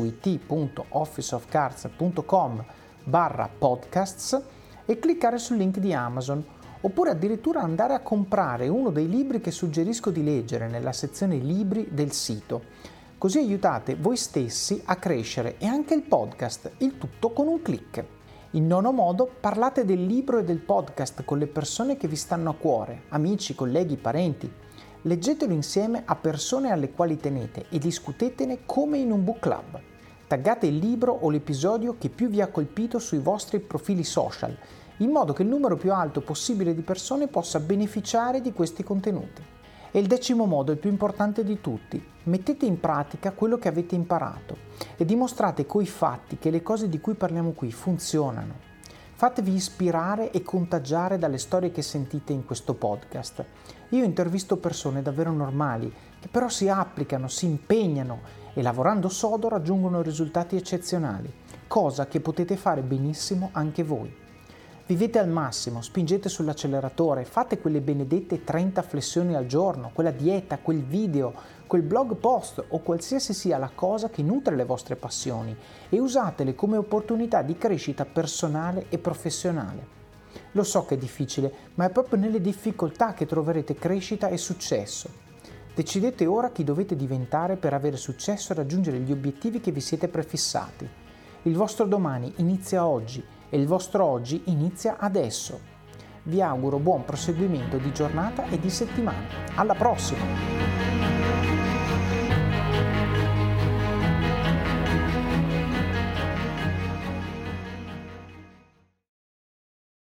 it.officeofcards.com/podcasts e cliccare sul link di Amazon, oppure addirittura andare a comprare uno dei libri che suggerisco di leggere nella sezione libri del sito. Così aiutate voi stessi a crescere e anche il podcast, il tutto con un click. In nono modo, parlate del libro e del podcast con le persone che vi stanno a cuore, amici, colleghi, parenti. Leggetelo insieme a persone alle quali tenete e discutetene come in un book club. Taggate il libro o l'episodio che più vi ha colpito sui vostri profili social, in modo che il numero più alto possibile di persone possa beneficiare di questi contenuti. E il decimo modo, il più importante di tutti, mettete in pratica quello che avete imparato e dimostrate coi fatti che le cose di cui parliamo qui funzionano. Fatevi ispirare e contagiare dalle storie che sentite in questo podcast. Io intervisto persone davvero normali, che però si applicano, si impegnano e lavorando sodo raggiungono risultati eccezionali, cosa che potete fare benissimo anche voi. Vivete al massimo, spingete sull'acceleratore, fate quelle benedette 30 flessioni al giorno, quella dieta, quel video, quel blog post o qualsiasi sia la cosa che nutre le vostre passioni e usatele come opportunità di crescita personale e professionale. Lo so che è difficile, ma è proprio nelle difficoltà che troverete crescita e successo. Decidete ora chi dovete diventare per avere successo e raggiungere gli obiettivi che vi siete prefissati. Il vostro domani inizia oggi e il vostro oggi inizia adesso. Vi auguro buon proseguimento di giornata e di settimana. Alla prossima!